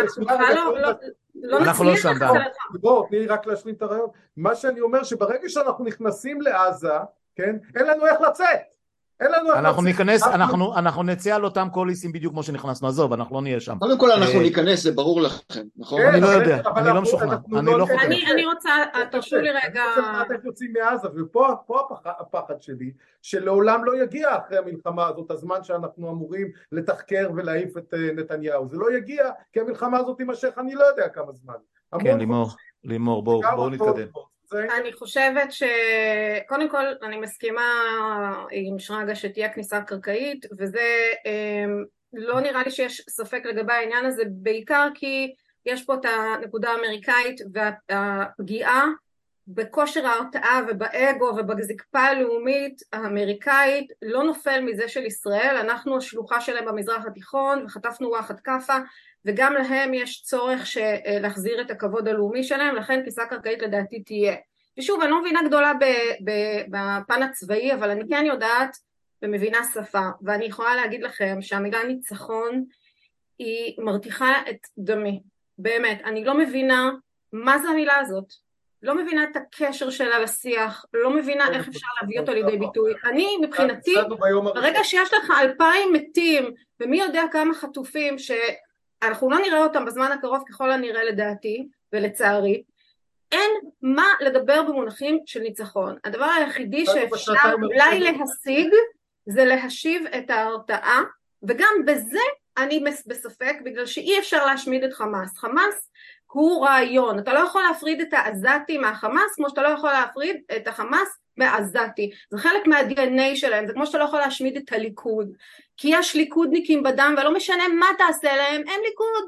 לא אנחנו לא שם. בוא, תני לי רק להשלים את הרעיון. מה שאני אומר שברגע שאנחנו נכנסים לעזה, כן, אין לנו איך לצאת. אנחנו נצא על אותם קוליסים בדיוק כמו שנכנסנו, עזוב, אנחנו לא נהיה שם. קודם כל אנחנו ניכנס, זה ברור לכם, נכון? אני לא יודע, אני לא משוכנע. אני רוצה, תרשו לי רגע. איך יוצאים מעזה, ופה הפחד שלי, שלעולם לא יגיע אחרי המלחמה הזאת, הזמן שאנחנו אמורים לתחקר ולהעיף את נתניהו. זה לא יגיע, כי המלחמה הזאת תימשך, אני לא יודע כמה זמן. כן, לימור, בואו נתקדם. אני חושבת שקודם כל אני מסכימה עם שרגא שתהיה כניסה קרקעית, וזה לא נראה לי שיש ספק לגבי העניין הזה, בעיקר כי יש פה את הנקודה האמריקאית והפגיעה בכושר ההרתעה ובאגו ובזקפה הלאומית האמריקאית לא נופל מזה של ישראל. אנחנו השלוחה שלהם במזרח התיכון וחטפנו וואחד קפה, וגם להם יש צורך להחזיר את הכבוד הלאומי שלהם, לכן כניסה קרקעית לדעתי תהיה. ושוב, אני לא מבינה גדולה בפן הצבאי, אבל אני כן יודעת ומבינה שפה, ואני יכולה להגיד לכם שהמילה ניצחון היא מרתיחה את דמי, באמת. אני לא מבינה מה זה המילה הזאת, לא מבינה את הקשר שלה לשיח, לא מבינה איך אפשר להביא אותו לידי ביטוי. אני מבחינתי, ברגע שיש לך 2,000 מתים, ומי יודע כמה חטופים שאנחנו לא נראה אותם בזמן הקרוב ככל הנראה לדעתי ולצערי, אין מה לדבר במונחים של ניצחון. הדבר היחידי שאפשר אולי להשיג זה להשיב את ההרתעה, וגם בזה אני בספק, בגלל שאי אפשר להשמיד את חמאס. חמאס הוא רעיון, אתה לא יכול להפריד את העזתי מהחמאס, כמו שאתה לא יכול להפריד את החמאס מהעזתי. זה חלק מה-DNA שלהם, זה כמו שאתה לא יכול להשמיד את הליכוד, כי יש ליכודניקים בדם, ולא משנה מה תעשה להם, הם ליכוד.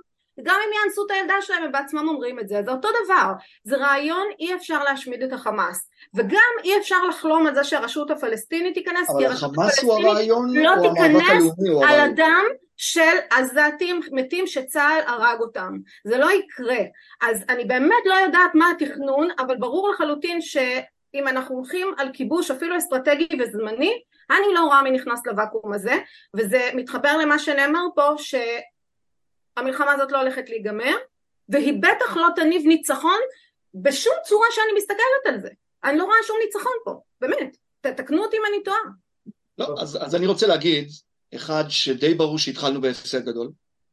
גם אם יאנסו את הילדה שלהם, הם בעצמם אומרים את זה, זה אותו דבר, זה רעיון, אי אפשר להשמיד את החמאס, וגם אי אפשר לחלום על זה שהרשות הפלסטינית תיכנס, אבל החמאס הוא הרעיון, לא או המאבק הלאומי, על אדם של עזתים מתים שצה"ל הרג אותם, זה לא יקרה. אז אני באמת לא יודעת מה התכנון, אבל ברור לחלוטין שאם אנחנו הולכים על כיבוש אפילו אסטרטגי וזמני, אני לא רואה מי נכנס לוואקום הזה, וזה מתחבר למה שנאמר פה, שהמלחמה הזאת לא הולכת להיגמר, והיא בטח לא תניב ניצחון בשום צורה שאני מסתכלת על זה. אני לא רואה שום ניצחון פה, באמת, תתקנו אותי אם אני טועה. לא, אז אני רוצה להגיד, אחד שדי ברור שהתחלנו בהפסד גדול,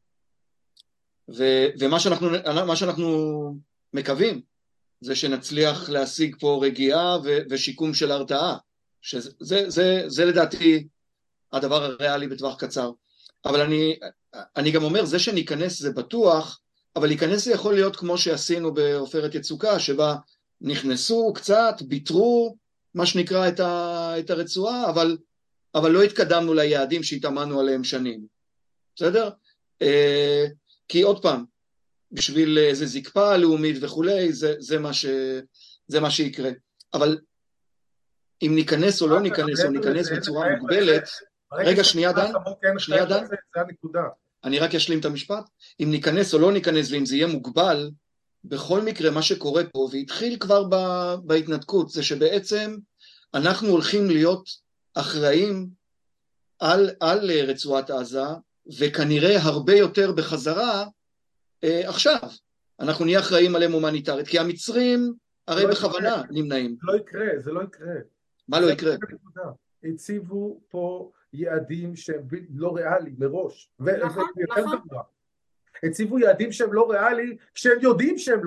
ומה שאנחנו מקווים, זה שנצליח להשיג פה רגיעה ושיקום של הרתעה, שזה לדעתי הדבר הריאלי בטווח קצר. אבל אני גם אומר, זה שניכנס זה בטוח, אבל להיכנס זה יכול להיות כמו שעשינו בעופרת יצוקה, שבה נכנסו קצת, ביטרו, מה שנקרא את הרצועה, אבל לא התקדמנו ליעדים שהתאמנו עליהם שנים. בסדר? כי עוד פעם, בשביל איזה זקפה לאומית וכולי, זה מה שיקרה. אבל אם ניכנס או לא ניכנס, או ניכנס בצורה מוגבלת, רגע, שנייה דן, זה הנקודה. אני רק אשלים את המשפט. אם ניכנס או לא ניכנס, ואם זה יהיה מוגבל, בכל מקרה מה שקורה פה, והתחיל כבר בהתנתקות, זה שבעצם אנחנו הולכים להיות אחראים על רצועת עזה, וכנראה הרבה יותר בחזרה עכשיו. אנחנו נהיה אחראים עליהם הומניטרית, כי המצרים הרי בכוונה נמנעים. זה לא יקרה. מה לא יקרה? הציבו פה יעדים שהם לא ריאליים מראש. נכון. הציבו יעדים שהם לא ריאליים, כשהם יודעים שהם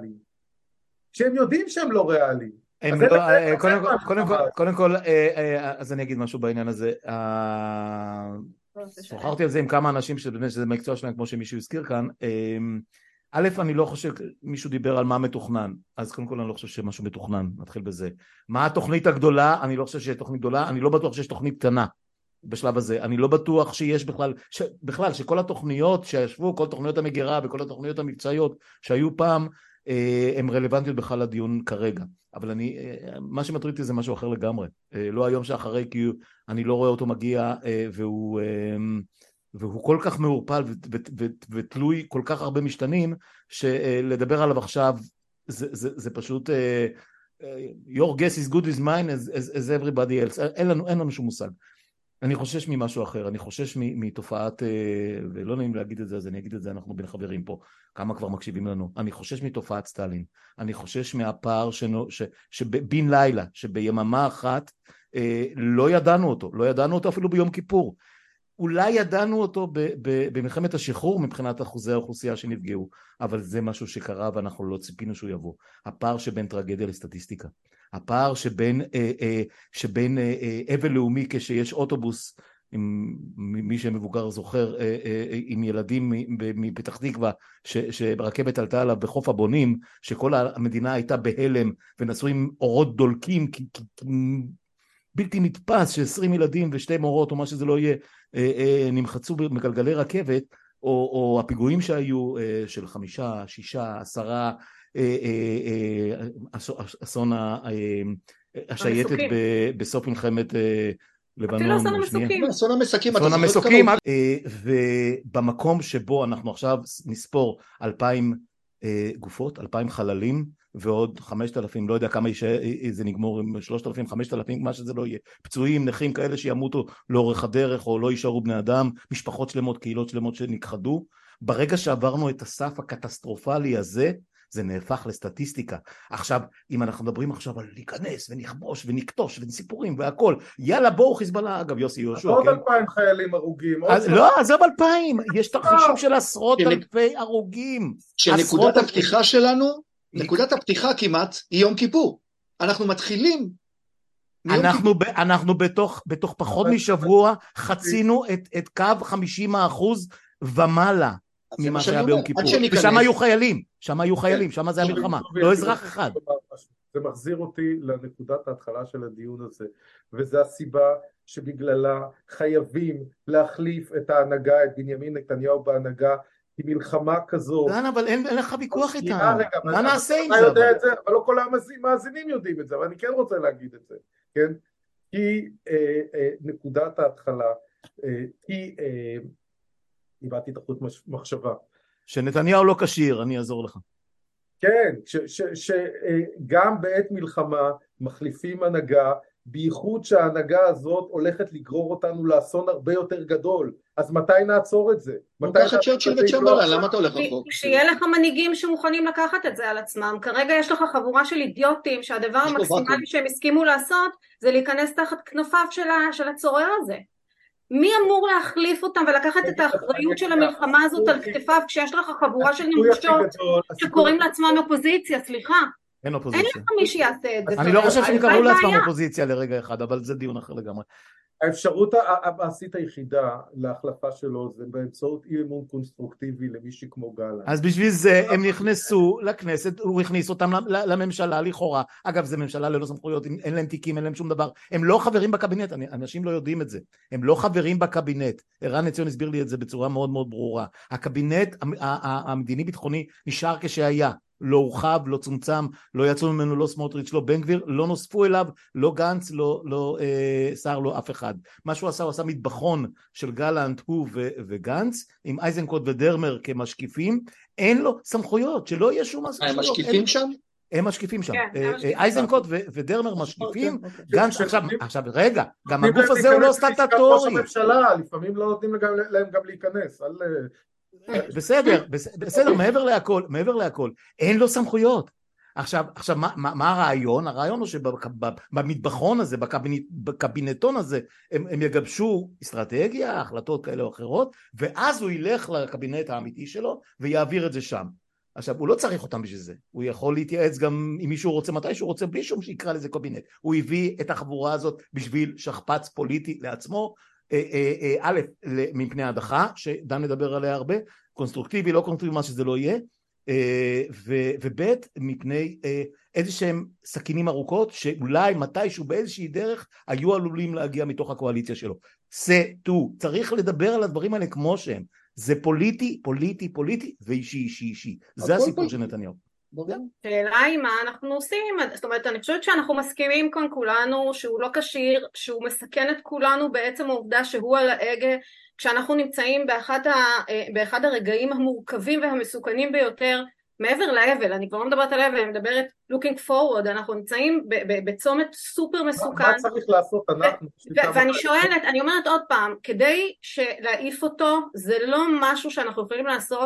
לא ריאליים. קודם כל, אז אני אגיד משהו בעניין הזה. שוחחתי על זה עם כמה אנשים שבאמת שזה מקצוע שלהם, כמו שמישהו הזכיר כאן. א', אני לא חושב, מישהו דיבר על מה מתוכנן, אז קודם כל אני לא חושב שמשהו מתוכנן, נתחיל בזה. מה התוכנית הגדולה? אני לא חושב שיש תוכנית גדולה, אני לא בטוח שיש תוכנית קטנה בשלב הזה, אני לא בטוח שיש בכלל שכל התוכניות שישבו, כל תוכניות המגירה וכל התוכניות המבצעיות שהיו פעם, הן רלוונטיות בכלל לדיון כרגע, אבל מה שמטריד אותי זה משהו אחר לגמרי, לא היום שאחרי, כי אני לא רואה אותו מגיע, והוא כל כך מעורפל ותלוי כל כך הרבה משתנים, שלדבר עליו עכשיו זה פשוט your guess is good as mine as everybody else, אין לנו שום מושג. אני חושש ממשהו אחר, אני חושש מתופעת, ולא נעים להגיד את זה, אז אני אגיד את זה, אנחנו בין חברים פה, כמה כבר מקשיבים לנו, אני חושש מתופעת סטלין, אני חושש מהפער שבין לילה, שביממה אחת, לא ידענו אותו אפילו ביום כיפור, אולי ידענו אותו במלחמת השחרור מבחינת אחוזי האוכלוסייה שנפגעו, אבל זה משהו שקרה ואנחנו לא ציפינו שהוא יבוא, הפער שבין טרגדיה לסטטיסטיקה, הפער שבין אבל לאומי כשיש אוטובוס, מי שמבוגר זוכר, עם ילדים מפתח תקווה, שרכבת עלתה עליו בחוף הבונים, שכל המדינה הייתה בהלם, ונסעו עם אורות דולקים, בלתי נתפס, ש20 ילדים ושתי מורות, או מה שזה לא יהיה, נמחצו בגלגלי רכבת, או הפיגועים שהיו של 5, 6, 10, אסון השייטת בסוף מלחמת לבנון, אסון המסוקים, ובמקום שבו אנחנו עכשיו נספור 2,000 גופות, 2,000 חללים, ועוד 5,000, לא יודע כמה זה נגמור, 3,000, 5,000, מה שזה לא יהיה, פצועים, נכים כאלה שימותו לאורך הדרך, או לא יישארו בני אדם, משפחות שלמות, קהילות שלמות שנכחדו. ברגע שעברנו את הסף הקטסטרופלי הזה, זה נהפך לסטטיסטיקה. עכשיו, אם אנחנו מדברים עכשיו על להיכנס ונכבוש ונקטוש וסיפורים והכל, יאללה בואו חיזבאללה, אגב יוסי יהושע, עוד 2,000 חיילים הרוגים. לא, עזוב 2,000, יש תרחישים של עשרות אלפי הרוגים. שנקודת הפתיחה שלנו, נקודת הפתיחה כמעט היא יום כיפור. אנחנו מתחילים. אנחנו בתוך פחות משבוע חצינו את קו 50% ומעלה ממה שהיה ביום כיפור. ושם היו חיילים, שם זה המלחמה, לא אזרח אחד. זה מחזיר אותי לנקודת ההתחלה של הדיון הזה, וזו הסיבה שבגללה חייבים להחליף את ההנהגה, את בנימין נתניהו בהנהגה, כי מלחמה כזו... דן, אבל אין לך ויכוח איתנו. מה נעשה עם אתה זה? יודע את זה, אבל לא כל המאזינים יודעים את זה, אבל אני כן רוצה להגיד את זה, כן? כי נקודת ההתחלה, כי איבדתי את החוט מחשבה. שנתניהו לא כשיר, אני אעזור לך. כן, שגם בעת מלחמה מחליפים הנהגה, בייחוד שההנהגה הזאת הולכת לגרור אותנו לאסון הרבה יותר גדול. אז מתי נעצור את זה? ניקח את צ'רצ'יל וצ'מברליין, למה אתה הולך רחוק? שיהיה לך מנהיגים שמוכנים לקחת את זה על עצמם. כרגע יש לך חבורה של אידיוטים שהדבר המקסימלי שהם הסכימו לעשות זה להיכנס תחת כנפיו של הצורר הזה. מי אמור להחליף אותם ולקחת את האחריות של המלחמה הזאת על כתפיו כשיש לך חבורה של נמושות שקוראים לעצמם אופוזיציה? סליחה. אין אופוזיציה. אין לך מי שיעשה את זה. אני לא חושב שהם קראו לעצמם אופוזיציה לרגע אחד, אבל זה דיון אחר לגמרי. האפשרות המעשית היחידה להחלפה שלו זה באמצעות אי אמון קונסטרוקטיבי למישהי כמו גלנט. אז בשביל זה הם נכנסו לכנסת, הוא הכניס אותם לממשלה לכאורה. אגב, זה ממשלה ללא סמכויות, אין להם תיקים, אין להם שום דבר. הם לא חברים בקבינט, אנשים לא יודעים את זה. הם לא חברים בקבינט. ערן עציון הסביר לי את זה בצורה מאוד מאוד ברורה. הקבינט המדיני ביטחוני נשאר כשהיה. לא הורחב, לא צומצם, לא יצאו ממנו לא סמוטריץ', לא בן גביר, לא נוספו אליו, לא גנץ, לא שר, לא אף אחד. מה שהוא עשה, הוא עשה מטבחון של גלנט, הוא וגנץ, עם אייזנקוט ודרמר כמשקיפים, אין לו סמכויות, שלא יהיה שום סמכויות. הם משקיפים שם? הם משקיפים שם. אייזנקוט ודרמר משקיפים, גנץ עכשיו, רגע, גם הגוף הזה הוא לא סטטוטורי. לפעמים לא נותנים להם גם להיכנס, בסדר, מעבר להכל, אין לו סמכויות. עכשיו, מה הרעיון? הרעיון הוא שבמטבחון הזה, בקבינטון הזה, הם יגבשו אסטרטגיה, החלטות כאלה או אחרות, ואז הוא ילך לקבינט האמיתי שלו, ויעביר את זה שם. עכשיו, הוא לא צריך אותם בשביל זה. הוא יכול להתייעץ גם אם מישהו רוצה, מתי שהוא רוצה, בלי שום שיקרא לזה קבינט. הוא הביא את החבורה הזאת בשביל שכפ"ץ פוליטי לעצמו, א', מפני הדחה, שדן מדבר עליה הרבה, קונסטרוקטיבי, לא קונסטרוקטיבי, מה שזה לא יהיה, וב' מפני איזה שהם סכינים ארוכות, שאולי מתישהו באיזושהי דרך היו עלולים להגיע מתוך הקואליציה שלו. צריך לדבר על הדברים האלה כמו שהם. זה פוליטי, פוליטי, פוליטי, ואישי, אישי, אישי. זה הסיפור של נתניהו. שאלה היא מה אנחנו עושים, זאת אומרת אני חושבת שאנחנו מסכימים כאן כולנו שהוא לא כשיר, שהוא מסכן את כולנו בעצם העובדה שהוא על ההגה, כשאנחנו נמצאים באחד הרגעים המורכבים והמסוכנים ביותר מעבר לאבל, אני כבר לא מדברת על אבל, אני מדברת looking forward, אנחנו נמצאים בצומת סופר מסוכן. מה צריך לעשות אנחנו? ואני שואלת, אני אומרת עוד פעם, כדי להעיף אותו, זה לא משהו שאנחנו יכולים לעשות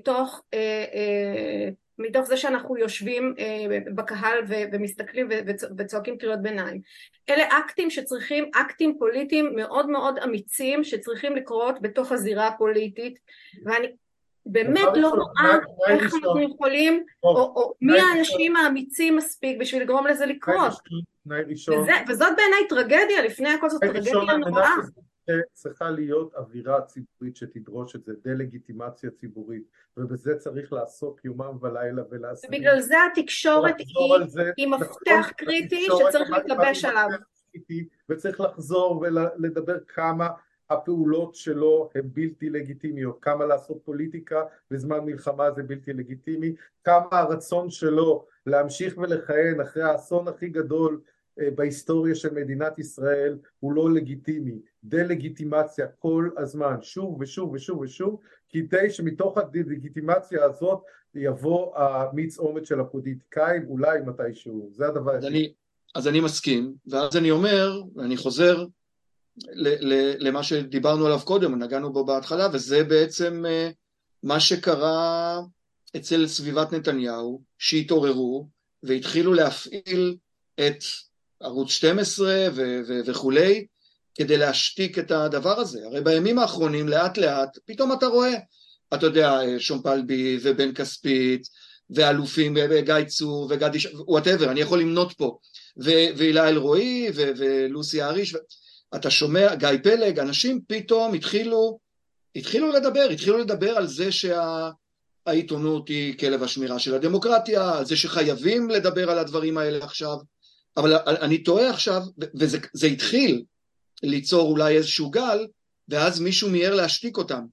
מתוך זה שאנחנו יושבים בקהל ומסתכלים וצועקים קריאות ביניים. אלה אקטים שצריכים, אקטים פוליטיים מאוד מאוד אמיצים שצריכים לקרות בתוך הזירה הפוליטית, ואני באמת לא רואה איך אנחנו יכולים, או מי האנשים האמיצים מספיק בשביל לגרום לזה לקרות. וזאת בעיניי טרגדיה, לפני הכל זאת טרגדיה נוראה. צריכה להיות אווירה ציבורית שתדרוש את זה, דה-לגיטימציה ציבורית, ובזה צריך לעסוק יומם ולילה ולעשות. ובגלל זה התקשורת היא מפתח קריטי שצריך להתלבש עליו. וצריך לחזור ולדבר כמה הפעולות שלו הן בלתי לגיטימיות, כמה לעשות פוליטיקה בזמן מלחמה זה בלתי לגיטימי, כמה הרצון שלו להמשיך ולכהן אחרי האסון הכי גדול בהיסטוריה של מדינת ישראל הוא לא לגיטימי, דה-לגיטימציה כל הזמן, שוב ושוב ושוב ושוב, כדי שמתוך הדה-לגיטימציה הזאת יבוא המיץ עומד של הפוליטיקאים, אולי מתישהו, זה הדבר. אז אני מסכים, ואז אני אומר, ואני חוזר למה שדיברנו עליו קודם, נגענו בו בהתחלה, וזה בעצם מה שקרה אצל סביבת נתניהו, שהתעוררו והתחילו להפעיל את ערוץ 12 וכולי, כדי להשתיק את הדבר הזה. הרי בימים האחרונים לאט לאט, פתאום אתה רואה, אתה יודע, שומפלבי ובן כספית, ואלופים, גיא צור וגדי, whatever, אני יכול למנות פה, ואילה אלרועי ולוסי אריש, אתה שומע, גיא פלג, אנשים פתאום התחילו לדבר על זה שהעיתונות היא כלב השמירה של הדמוקרטיה, על זה שחייבים לדבר על הדברים האלה עכשיו, אבל אני טועה עכשיו, וזה התחיל ליצור אולי איזשהו גל, ואז מישהו מיהר להשתיק אותם.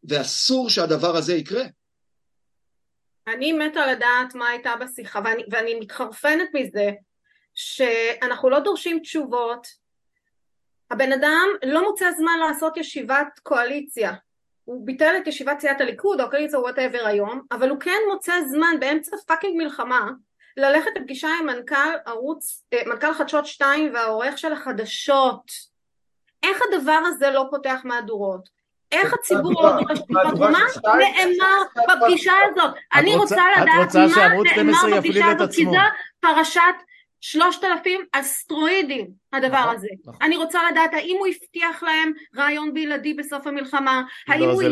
ואסור שהדבר הזה יקרה. אני מתה לדעת מה הייתה בשיחה, ואני מתחרפנת מזה, שאנחנו לא דורשים תשובות, הבן אדם לא מוצא זמן לעשות ישיבת קואליציה, הוא ביטל את ישיבת סיעת הליכוד או קואליציה או whatever היום, אבל הוא כן מוצא זמן באמצע פאקינג מלחמה, ללכת לפגישה עם מנכ"ל חדשות 2 והעורך של החדשות. איך הדבר הזה לא פותח מהדורות? איך הציבור לא דורש תשובות? מה נאמר בפגישה הזאת? אני רוצה לדעת מה נאמר בפגישה הזאת, כי זה פרשת 3,000 אסטרואידים הדבר הזה. אני רוצה לדעת האם הוא הבטיח להם רעיון בלעדי בסוף המלחמה, האם הוא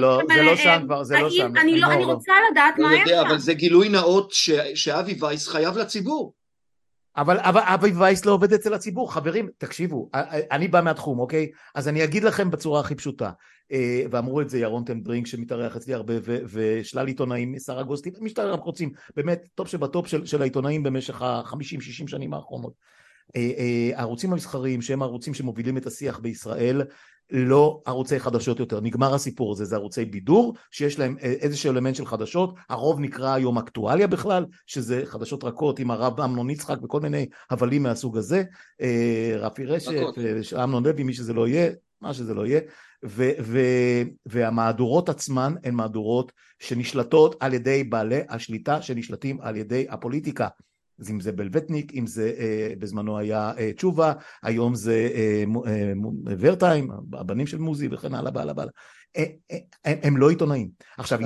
אני רוצה לדעת מה היה שם. אבל זה גילוי נאות שאבי וייס חייב לציבור. אבל אבי וייס לא עובד אצל הציבור. חברים, תקשיבו, אני בא מהתחום, אוקיי? אז אני אגיד לכם בצורה הכי פשוטה, ואמרו את זה ירון טנברינג שמתארח אצלי הרבה, ושלל עיתונאים, שרה גוסטי, משתרח רוצים, באמת טופ שבטופ של העיתונאים במשך ה-50-60 שנים האחרונות. הערוצים המסחריים, שהם הערוצים שמובילים את השיח בישראל, לא ערוצי חדשות יותר, נגמר הסיפור הזה, זה ערוצי בידור, שיש להם איזשהו אלמנט של חדשות, הרוב נקרא היום אקטואליה בכלל, שזה חדשות רכות עם הרב אמנון יצחק וכל מיני הבלים מהסוג הזה, רפי רשת, אמנון לוי, מי שזה לא יהיה, מה שזה לא יהיה, והמהדורות עצמן הן מהדורות שנשלטות על ידי בעלי השליטה, שנשלטים על ידי הפוליטיקה, אז אם זה בלווטניק, אם זה בזמנו היה תשובה, היום זה ורטיים, הבנים של מוזי וכן הלאה, הם לא עיתונאים. עכשיו,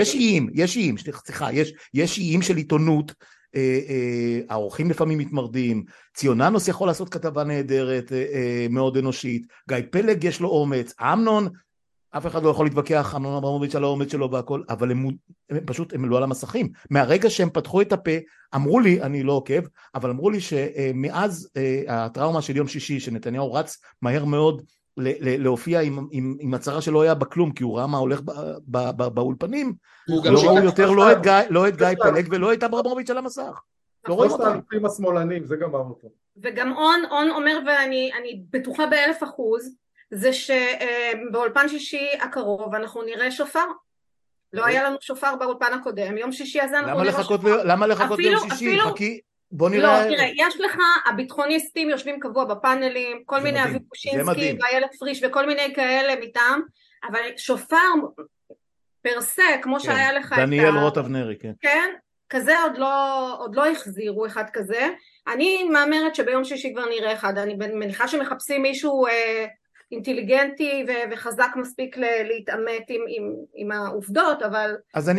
יש איים של עיתונות, העורכים לפעמים מתמרדים, ציוננוס יכול לעשות כתבה נהדרת, מאוד אנושית, גיא פלג יש לו אומץ, אמנון, אף אחד לא יכול להתווכח, אמנון אברמוביץ' על האומץ שלו והכל, אבל הם פשוט הם לא על המסכים. מהרגע שהם פתחו את הפה, אמרו לי, אני לא עוקב, אבל אמרו לי שמאז הטראומה של יום שישי, שנתניהו רץ מהר מאוד להופיע עם הצהרה שלא היה בכלום, כי הוא ראה מה הולך באולפנים, לא ראו יותר לא את גיא פלג ולא את אברמוביץ' על המסך. לא רואים אותם. עם השמאלנים, זה גמר אותו. וגם און אומר, ואני בטוחה ב1,000%, זה שבאולפן שישי הקרוב אנחנו נראה שופר. לא היה לנו שופר באולפן הקודם, יום שישי הזה אנחנו נראה שופר. למה לחכות ביום שישי? חכי, בוא נראה. לא, תראה, יש לך, הביטחוניסטים יושבים קבוע בפאנלים, כל מיני אבי פושינסקי ואיילת פריש וכל מיני כאלה מטעם, אבל שופר פרסה, כמו שהיה לך את דניאל רוט אבנרי, כן. כן, כזה עוד לא החזירו אחד כזה. אני מאמרת שביום שישי כבר נראה אחד, אני מניחה שמחפשים מישהו אינטליגנטי וחזק מספיק להתעמת עם העובדות, אבל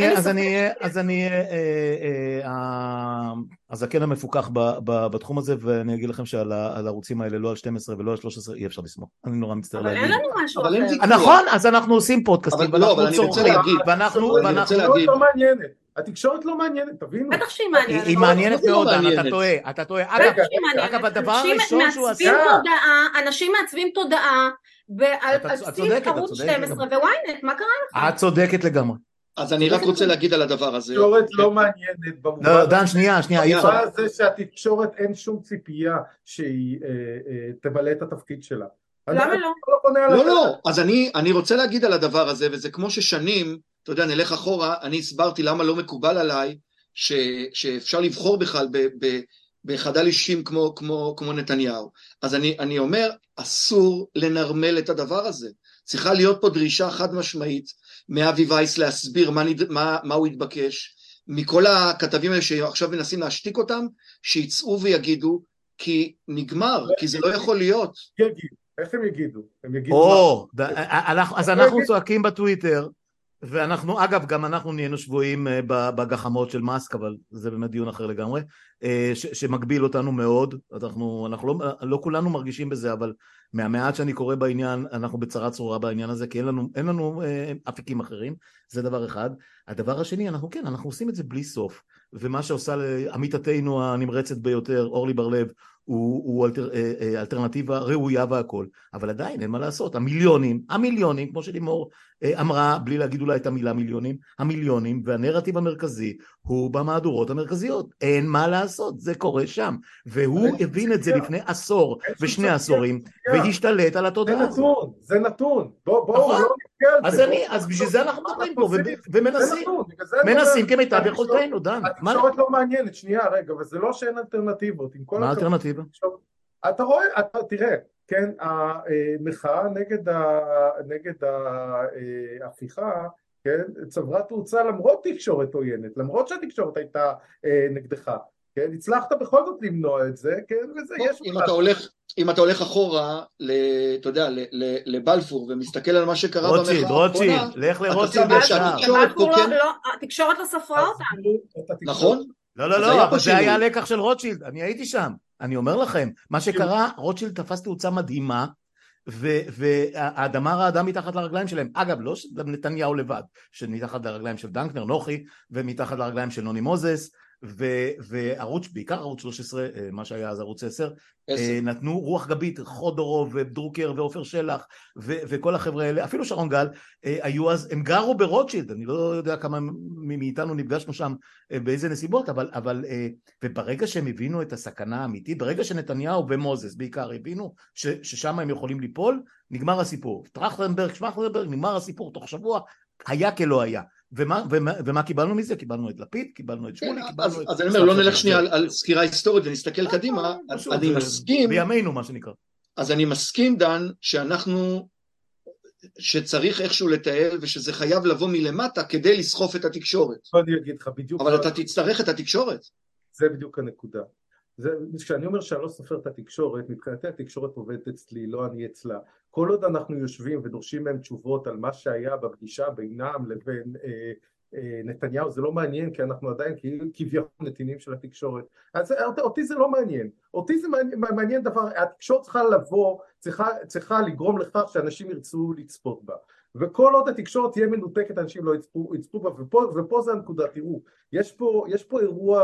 אז הכן המפוקח בתחום הזה, ואני אגיד לכם שעל הערוצים האלה לא על 12 ולא על 13 אי אפשר לסמוך, אני נורא מצטער להגיד. אבל אין לנו משהו אחר. נכון, אז אנחנו עושים פודקאסטים, אבל אני רוצה להגיד, התקשורת לא מעניינת, תבינו. בטח שהיא מעניינת. היא מעניינת מאוד, אתה טועה. אגב, הדבר הראשון שהוא עשה... אנשים מעצבים תודעה, ועל בסיס ערוץ 12 וויינט, מה קרה לך? את צודקת לגמרי. אז אני רק רוצה להגיד על הדבר הזה. התקשורת לא מעניינת. לא, דן, שנייה. הדבר הזה שהתקשורת אין שום ציפייה שהיא תמלא את התפקיד שלה. למה לא? לא, אז אני רוצה להגיד על הדבר הזה, וזה כמו ששנים, אתה יודע, נלך אחורה, אני הסברתי למה לא מקובל עליי, שאפשר לבחור בכלל בחדל אישים כמו נתניהו. אז אני אומר, אסור לנרמל את הדבר הזה. צריכה להיות פה דרישה חד משמעית, מאבי וייס להסביר מה הוא התבקש, מכל הכתבים האלה שעכשיו מנסים להשתיק אותם, שיצאו ויגידו, כי נגמר, כי זה לא יכול להיות. איך הם יגידו? אז אנחנו צועקים בטוויטר, ואנחנו, אגב, גם אנחנו נהיינו שבועים בגחמות של מאסק, אבל זה באמת דיון אחר לגמרי, שמגביל אותנו מאוד. אנחנו לא כולנו מרגישים בזה, אבל מהמעט שאני קורא בעניין, אנחנו בצרה צרורה בעניין הזה, כי אין לנו אפיקים אחרים, זה דבר אחד. הדבר השני, אנחנו עושים את זה בלי סוף, ומה שעושה עמיתתנו הנמרצת ביותר, אורלי בר-לב, הוא אלטרנטיבה ראויה והכל, אבל עדיין אין מה לעשות, המיליונים, כמו שלימור אמרה, בלי להגיד אולי את המילה המיליונים, והנרטיב המרכזי הוא במהדורות המרכזיות. אין מה לעשות, זה קורה שם. והוא הבין את זה לפני עשור ושני עשורים, והשתלט על התודעה הזאת. זה נתון. בואו לא נתקל על זה. אז בשביל זה אנחנו מדברים פה, ומנסים כמיטב יכולתנו, דן. התקשורת לא מעניינת, שנייה, רגע, וזה לא שאין אלטרנטיבות. מה האלטרנטיבה? אתה רואה, תראה, כן, המחאה נגד ההפיכה, כן, צברה תאוצה למרות תקשורת עוינת, למרות שהתקשורת הייתה נגדך, כן, הצלחת בכל זאת למנוע את זה, כן, וזה יש... אם אתה הולך אחורה, אתה יודע, לבלפור, ומסתכל על מה שקרה במחאה, רוטשילד, לך לרוטשילד ישר. התקשורת לא ספרה אותה. נכון? לא, אבל זה היה הלקח של רוטשילד, אני הייתי שם. אני אומר לכם, מה שקרה, רוטשילד תפס תאוצה מדהימה, והאדמה רעדה מתחת לרגליים שלהם. אגב, לא נתניהו לבד, שמתחת לרגליים של דנקנר, נוחי, ומתחת לרגליים של נוני מוזס, וערוץ, בעיקר ערוץ 13, מה שהיה אז ערוץ 10, נתנו רוח גבית, חודורוב ודרוקר ועופר שלח וכל החבר'ה האלה, אפילו שרון גל, היו אז, הם גרו ברוטשילד, אני לא יודע כמה מאיתנו נפגשנו שם באיזה נסיבות, אבל וברגע שהם הבינו את הסכנה האמיתית, ברגע שנתניהו ומוזס בעיקר הבינו ששם הם יכולים ליפול, נגמר הסיפור. טרכטנברג, שמכלרברג, נגמר הסיפור תוך שבוע, היה כלא היה. ומה קיבלנו מזה? קיבלנו את לפיד, קיבלנו את שמולי, קיבלנו את... אז אני אומר, לא נלך שנייה על סקירה היסטורית ונסתכל קדימה, אני מסכים... בימינו, מה שנקרא. אז אני מסכים, דן, שצריך איכשהו לתאר, ושזה חייב לבוא מלמטה כדי לסחוף את התקשורת. אני אגיד לך, בדיוק... אבל אתה תצטרך את התקשורת. זה בדיוק הנקודה. כשאני אומר שאני לא סופר את התקשורת, מבחינתי התקשורת עובדת אצלי, לא אני אצלה. כל עוד אנחנו יושבים ודורשים מהם תשובות על מה שהיה בפגישה בינם לבין נתניהו, זה לא מעניין, כי אנחנו עדיין כביכול נתינים של התקשורת. אז אותי זה לא מעניין. אותי זה מעניין דבר, התקשורת צריכה לבוא, צריכה לגרום לכך שאנשים ירצו לצפות בה. וכל עוד התקשורת תהיה מנותקת, אנשים לא יצפו בה, ופה זה הנקודה. תראו, יש פה אירוע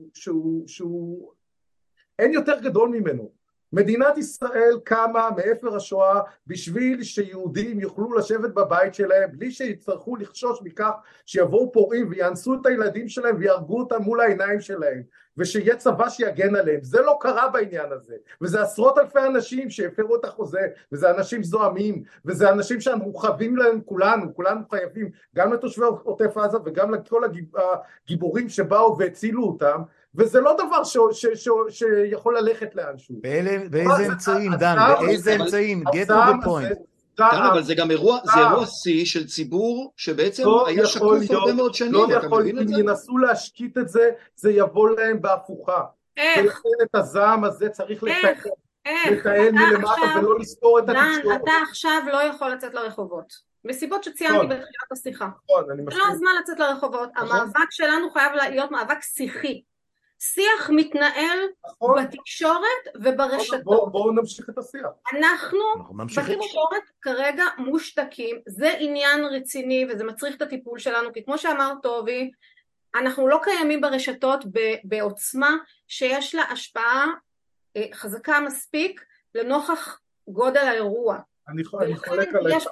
שהוא אין יותר גדול ממנו. מדינת ישראל קמה מאפר השואה בשביל שיהודים יוכלו לשבת בבית שלהם בלי שיצטרכו לחשוש מכך שיבואו פורעים ויאנסו את הילדים שלהם ויהרגו אותם מול העיניים שלהם, ושיהיה צבא שיגן עליהם. זה לא קרה בעניין הזה, וזה עשרות אלפי אנשים שהפרו את החוזה, וזה אנשים זועמים, וזה אנשים שאנחנו חייבים להם, כולנו חייבים, גם לתושבי עוטף עזה וגם לכל הגיבורים שבאו והצילו אותם, וזה לא דבר שיכול ללכת לאנשהו. באיזה אמצעים, דן? באיזה אמצעים? Get to the point. דן, אבל זה גם אירוע שיא של ציבור שבעצם היה שקוף הרבה מאוד שנים. לא יכול, אם ינסו להשקיט את זה, זה יבוא להם בהפוכה. איך? את הזעם הזה צריך לתאל מלמטה ולא לספור את התקשורת. דן, אתה עכשיו לא יכול לצאת לרחובות. מסיבות שציינתי בתחילת השיחה. לא הזמן לצאת לרחובות. המאבק שלנו חייב להיות מאבק שיחי. שיח מתנהל בתקשורת וברשתות. בואו נמשיך את השיח. אנחנו בתקשורת כרגע מושתקים, זה עניין רציני וזה מצריך את הטיפול שלנו, כי כמו שאמר טובי, אנחנו לא קיימים ברשתות בעוצמה שיש לה השפעה חזקה מספיק לנוכח גודל האירוע. אני חולק עליך,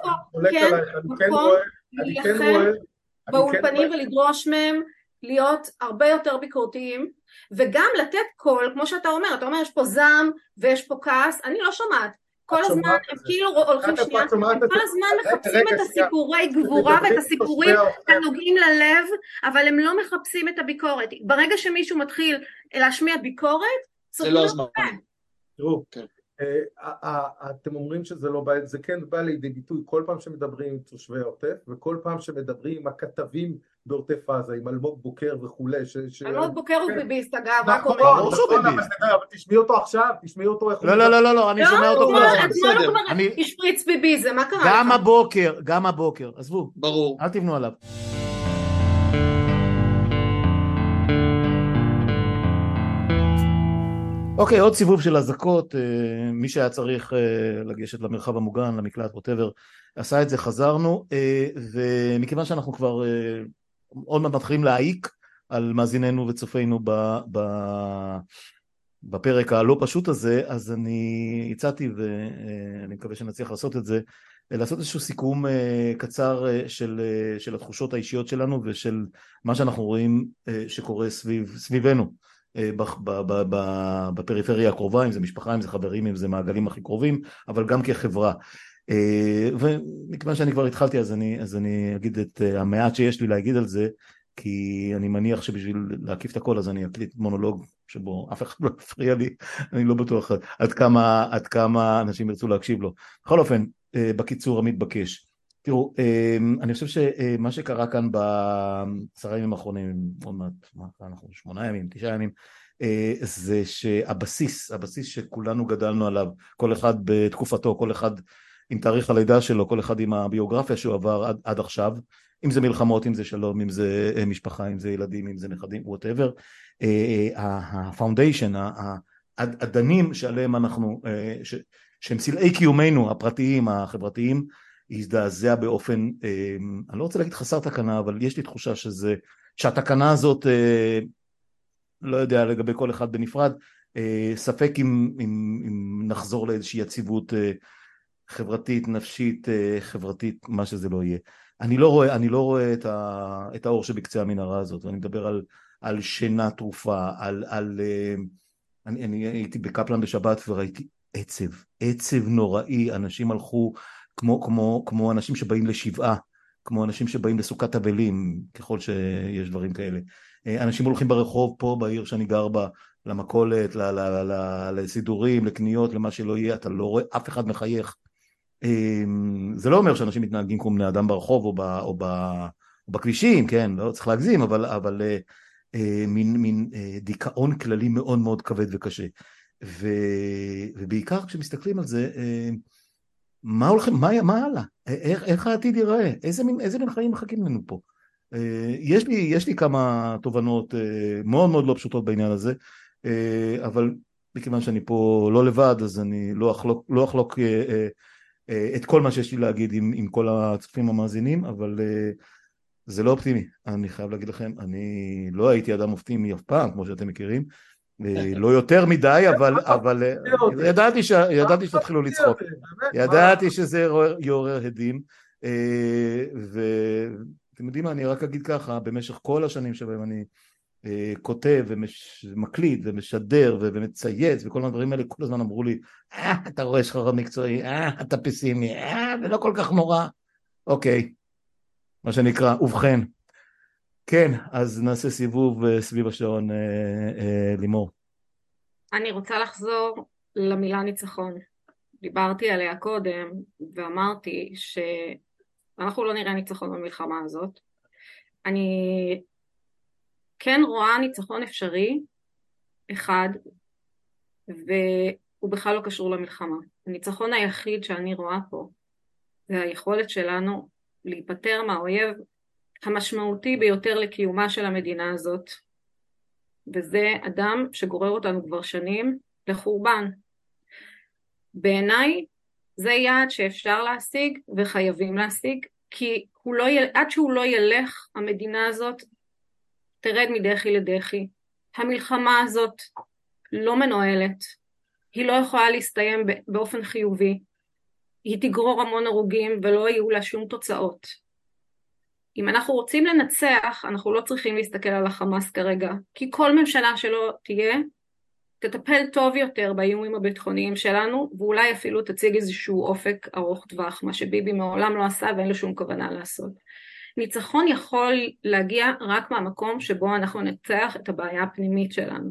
אני כן רואה באולפנים ולדרוש מהם להיות הרבה יותר ביקורתיים, וגם לתת קול, כמו שאתה אומר, אתה אומר יש פה זעם ויש פה כעס, אני לא שומעת, כל הזמן הם כאילו הולכים שנייה, הם כל הזמן מחפשים את הסיפורי גבורה ואת הסיפורים הנוגעים ללב, אבל הם לא מחפשים את הביקורת. ברגע שמישהו מתחיל להשמיע ביקורת, זה לא הזמן. תראו, אתם אומרים שזה לא בא, זה כן בא לידי ביטוי כל פעם שמדברים עם תושבי עוטף, וכל פעם שמדברים עם הכתבים בעוטף עזה, עם אלמוג בוקר וכולי. אלמוג בוקר הוא ביביסט אגב, מה קורה? אבל תשמעי אותו עכשיו, תשמעי אותו איך הוא... לא, אני שומע אותו כל הזמן. השפריץ ביביזם, מה קרה? גם הבוקר, עזבו, ברור. אל תבנו עליו. אוקיי, עוד סיבוב של הזקות, מי שהיה צריך לגשת למרחב המוגן, למקלט, whatever, עשה את זה, חזרנו, ומכיוון שאנחנו כבר עוד מעט מתחילים להעיק על מאזיננו וצופינו בפרק הלא פשוט הזה, אז אני הצעתי, ואני מקווה שנצליח לעשות את זה, לעשות איזשהו סיכום קצר של התחושות האישיות שלנו ושל מה שאנחנו רואים שקורה סביבנו בפריפריה הקרובה, אם זה משפחה, אם זה חברים, אם זה מעגלים הכי קרובים, אבל גם כחברה. ומכיוון שאני כבר התחלתי, אז אני אגיד את המעט שיש לי להגיד על זה, כי אני מניח שבשביל להקיף את הכל אז אני אקליט מונולוג שבו אף אחד לא יפריע לי, אני לא בטוח עד כמה אנשים ירצו להקשיב לו. בכל אופן, בקיצור המתבקש. תראו, אני חושב שמה שקרה כאן ב10 ימים האחרונים, עוד מעט, אנחנו 8 ימים, 9 ימים, זה שהבסיס שכולנו גדלנו עליו, כל אחד בתקופתו, כל אחד עם תאריך הלידה שלו, כל אחד עם הביוגרפיה שהוא עבר עד עכשיו, אם זה מלחמות, אם זה שלום, אם זה משפחה, אם זה ילדים, אם זה נכדים, whatever, הפאונדיישן, הדנים שעליהם אנחנו, שהם סלעי קיומנו, הפרטיים, החברתיים, הזדעזע באופן, אני לא רוצה להגיד חסר תקנה, אבל יש לי תחושה שהתקנה הזאת, לא יודע לגבי כל אחד בנפרד, ספק אם נחזור לאיזושהי יציבות חברתית, נפשית, חברתית, מה שזה לא יהיה. אני לא רואה את האור שבקצה המנהרה הזאת, ואני מדבר על שינה תרופה, אני הייתי בקפלן בשבת וראיתי עצב נוראי, אנשים הלכו כמו אנשים שבאים לשבעה, כמו אנשים שבאים לסוכת אבלים, ככל שיש דברים כאלה. אנשים הולכים ברחוב פה בעיר שאני גר בה, למכולת, לסידורים, לקניות, למה שלא יהיה, אתה לא רואה אף אחד מחייך. זה לא אומר שאנשים מתנהגים כמו בני אדם ברחוב או בכבישים, כן, לא צריך להגזים, אבל מין דיכאון כללי מאוד מאוד כבד וקשה. ובעיקר כשמסתכלים על זה, מה הלאה? איך העתיד ייראה? איזה מין חיים מחכים לנו פה? יש לי כמה תובנות מאוד מאוד לא פשוטות בעניין הזה, אבל מכיוון שאני פה לא לבד, אז אני לא אחלוק את כל מה שיש לי להגיד עם כל הצופים המאזינים, אבל זה לא אופטימי. אני חייב להגיד לכם, אני לא הייתי אדם אופטימי אף פעם, כמו שאתם מכירים, לא יותר מדי, אבל ידעתי שתתחילו לצחוק. ידעתי שזה יעורר הדים, ואתם יודעים מה, אני רק אגיד ככה, במשך כל השנים שבהם אני כותב ומקליט ומשדר ומצייץ וכל הדברים האלה, כל הזמן אמרו לי, אתה רואה שחרר מקצועי, אתה פסימי, ולא כל כך נורא. אוקיי, מה שנקרא, ובכן. כן, אז נעשה סיבוב סביב השעון, לימור. אני רוצה לחזור למילה ניצחון. דיברתי עליה קודם ואמרתי שאנחנו לא נראה ניצחון במלחמה הזאת. אני כן רואה ניצחון אפשרי אחד, והוא בכלל לא קשור למלחמה. הניצחון היחיד שאני רואה פה זה היכולת שלנו להיפטר מהאויב המשמעותי ביותר לקיומה של המדינה הזאת, וזה אדם שגורר אותנו כבר שנים לחורבן. בעיניי זה יעד שאפשר להשיג וחייבים להשיג, כי עד שהוא לא ילך, המדינה הזאת תרד מדחי לדחי. המלחמה הזאת לא מנוהלת, היא לא יכולה להסתיים באופן חיובי, היא תגרור המון הרוגים ולא יהיו לה שום תוצאות. אם אנחנו רוצים לנצח, אנחנו לא צריכים להסתכל על החמאס כרגע, כי כל ממשלה שלא תהיה, תטפל טוב יותר באיומים הביטחוניים שלנו, ואולי אפילו תציג איזשהו אופק ארוך טווח, מה שביבי מעולם לא עשה ואין לו שום כוונה לעשות. ניצחון יכול להגיע רק מהמקום שבו אנחנו נצח את הבעיה הפנימית שלנו.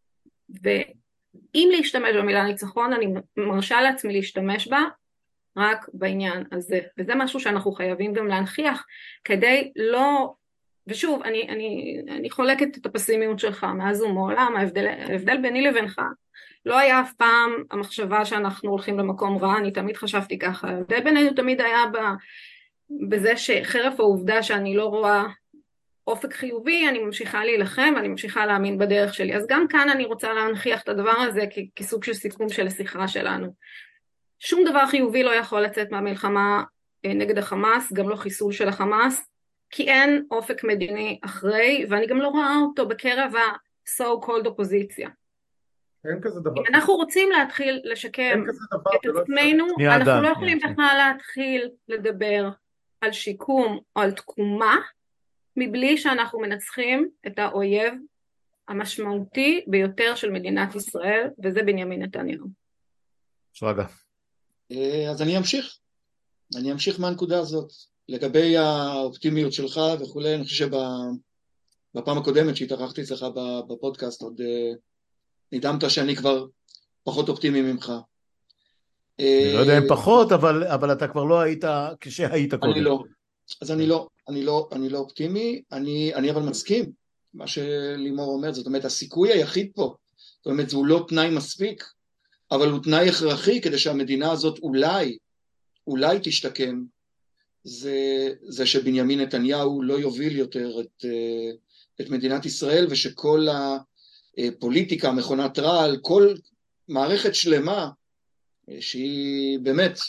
ואם להשתמש במילה ניצחון, אני מרשה לעצמי להשתמש בה, רק בעניין הזה, וזה משהו שאנחנו חייבים גם להנכיח, כדי לא, ושוב, אני חולקת את הפסימיות שלך, מאז ומעולם, ההבדל ביני לבינך, לא היה אף פעם המחשבה שאנחנו הולכים למקום רע, אני תמיד חשבתי ככה, ההבדל בינינו תמיד היה בזה שחרף העובדה שאני לא רואה אופק חיובי, אני ממשיכה להילחם, ואני ממשיכה להאמין בדרך שלי, אז גם כאן אני רוצה להנכיח את הדבר הזה, כסוג של סיכום של השיחה שלנו. שום דבר חיובי לא יכול לצאת מהמלחמה נגד החמאס, גם לא חיסול של החמאס, כי אין אופק מדיני אחרי, ואני גם לא רואה אותו בקרב ה-so called אופוזיציה. אין כזה דבר. אם אנחנו רוצים להתחיל לשקם אין כזה דבר, את ולא עצמנו, שנייה, אנחנו דן, לא שנייה, יכולים שנייה. בכלל להתחיל לדבר על שיקום או על תקומה, מבלי שאנחנו מנצחים את האויב המשמעותי ביותר של מדינת ישראל, וזה בנימין נתניהו. שרגא. אז אני אמשיך מהנקודה הזאת. לגבי האופטימיות שלך וכולי, אני חושב שבפעם הקודמת שהתארחתי אצלך בפודקאסט, עוד נדהמת שאני כבר פחות אופטימי ממך. אני לא יודע אם פחות, אבל אתה כבר לא היית כשהיית קודם. אני לא. אז אני לא אופטימי, אני אבל מסכים מה שלימור אומר, זאת אומרת, הסיכוי היחיד פה, זאת אומרת, הוא לא תנאי מספיק, אבל הוא תנאי הכרחי כדי שהמדינה הזאת אולי תשתקם, זה שבנימין נתניהו לא יוביל יותר את מדינת ישראל, ושכל הפוליטיקה, מכונת רעל, כל מערכת שלמה, שהיא באמת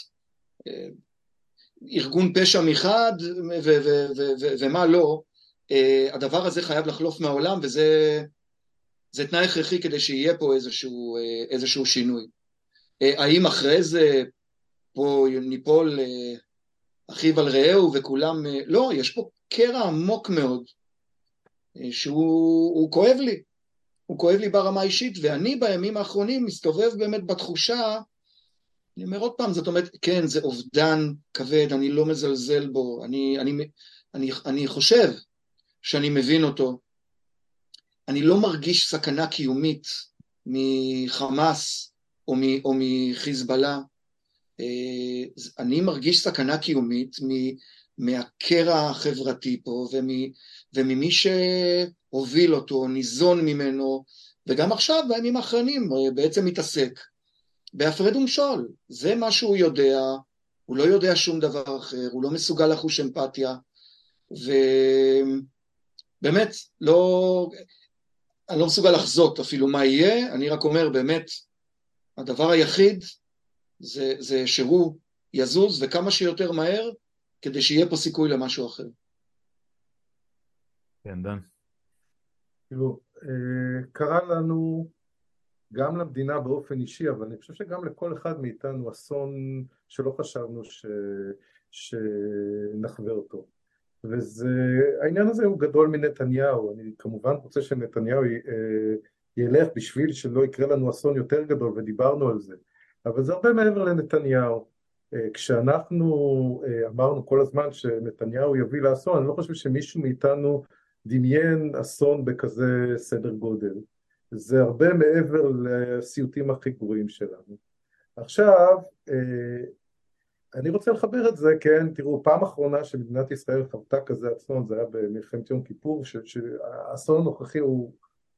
ארגון פשע מחד ומה לא, הדבר הזה חייב לחלוף מהעולם, וזה תנאי הכרחי כדי שיהיה פה איזשהו שינוי. האם אחרי זה פה ניפול אחיו על רעהו וכולם, לא, יש פה קרע עמוק מאוד, שהוא כואב לי, הוא כואב לי ברמה האישית, ואני בימים האחרונים מסתובב באמת בתחושה, אני אומר עוד פעם, זאת אומרת, כן, זה אובדן כבד, אני לא מזלזל בו, אני חושב שאני מבין אותו, אני לא מרגיש סכנה קיומית מחמאס או מחיזבאללה, אני מרגיש סכנה קיומית מהקרע החברתי פה, וממי שהוביל אותו, ניזון ממנו, וגם עכשיו בימים האחרונים בעצם מתעסק בהפרד ומשול. זה מה שהוא יודע, הוא לא יודע שום דבר אחר, הוא לא מסוגל לחוש אמפתיה, ובאמת אני לא מסוגל לחזות אפילו מה יהיה, אני רק אומר באמת, הדבר היחיד זה שהוא יזוז וכמה שיותר מהר, כדי שיהיה פה סיכוי למשהו אחר. כן, דן. כאילו, קרה לנו גם למדינה באופן אישי, אבל אני חושב שגם לכל אחד מאיתנו אסון שלא חשבנו שנחווה אותו. העניין הזה הוא גדול מנתניהו. אני כמובן רוצה שנתניהו ילך בשביל שלא יקרה לנו אסון יותר גדול, ודיברנו על זה. אבל זה הרבה מעבר לנתניהו. כשאנחנו אמרנו כל הזמן שנתניהו יביא לאסון, אני לא חושב שמישהו מאיתנו דמיין אסון בכזה סדר גודל. זה הרבה מעבר לסיוטים הכי גרועים שלנו. עכשיו, אני רוצה לחבר את זה, כן, תראו, פעם אחרונה שמדינת ישראל חוותה כזה אסון, זה היה במלחמת יום כיפור, שהאסון הנוכחי הוא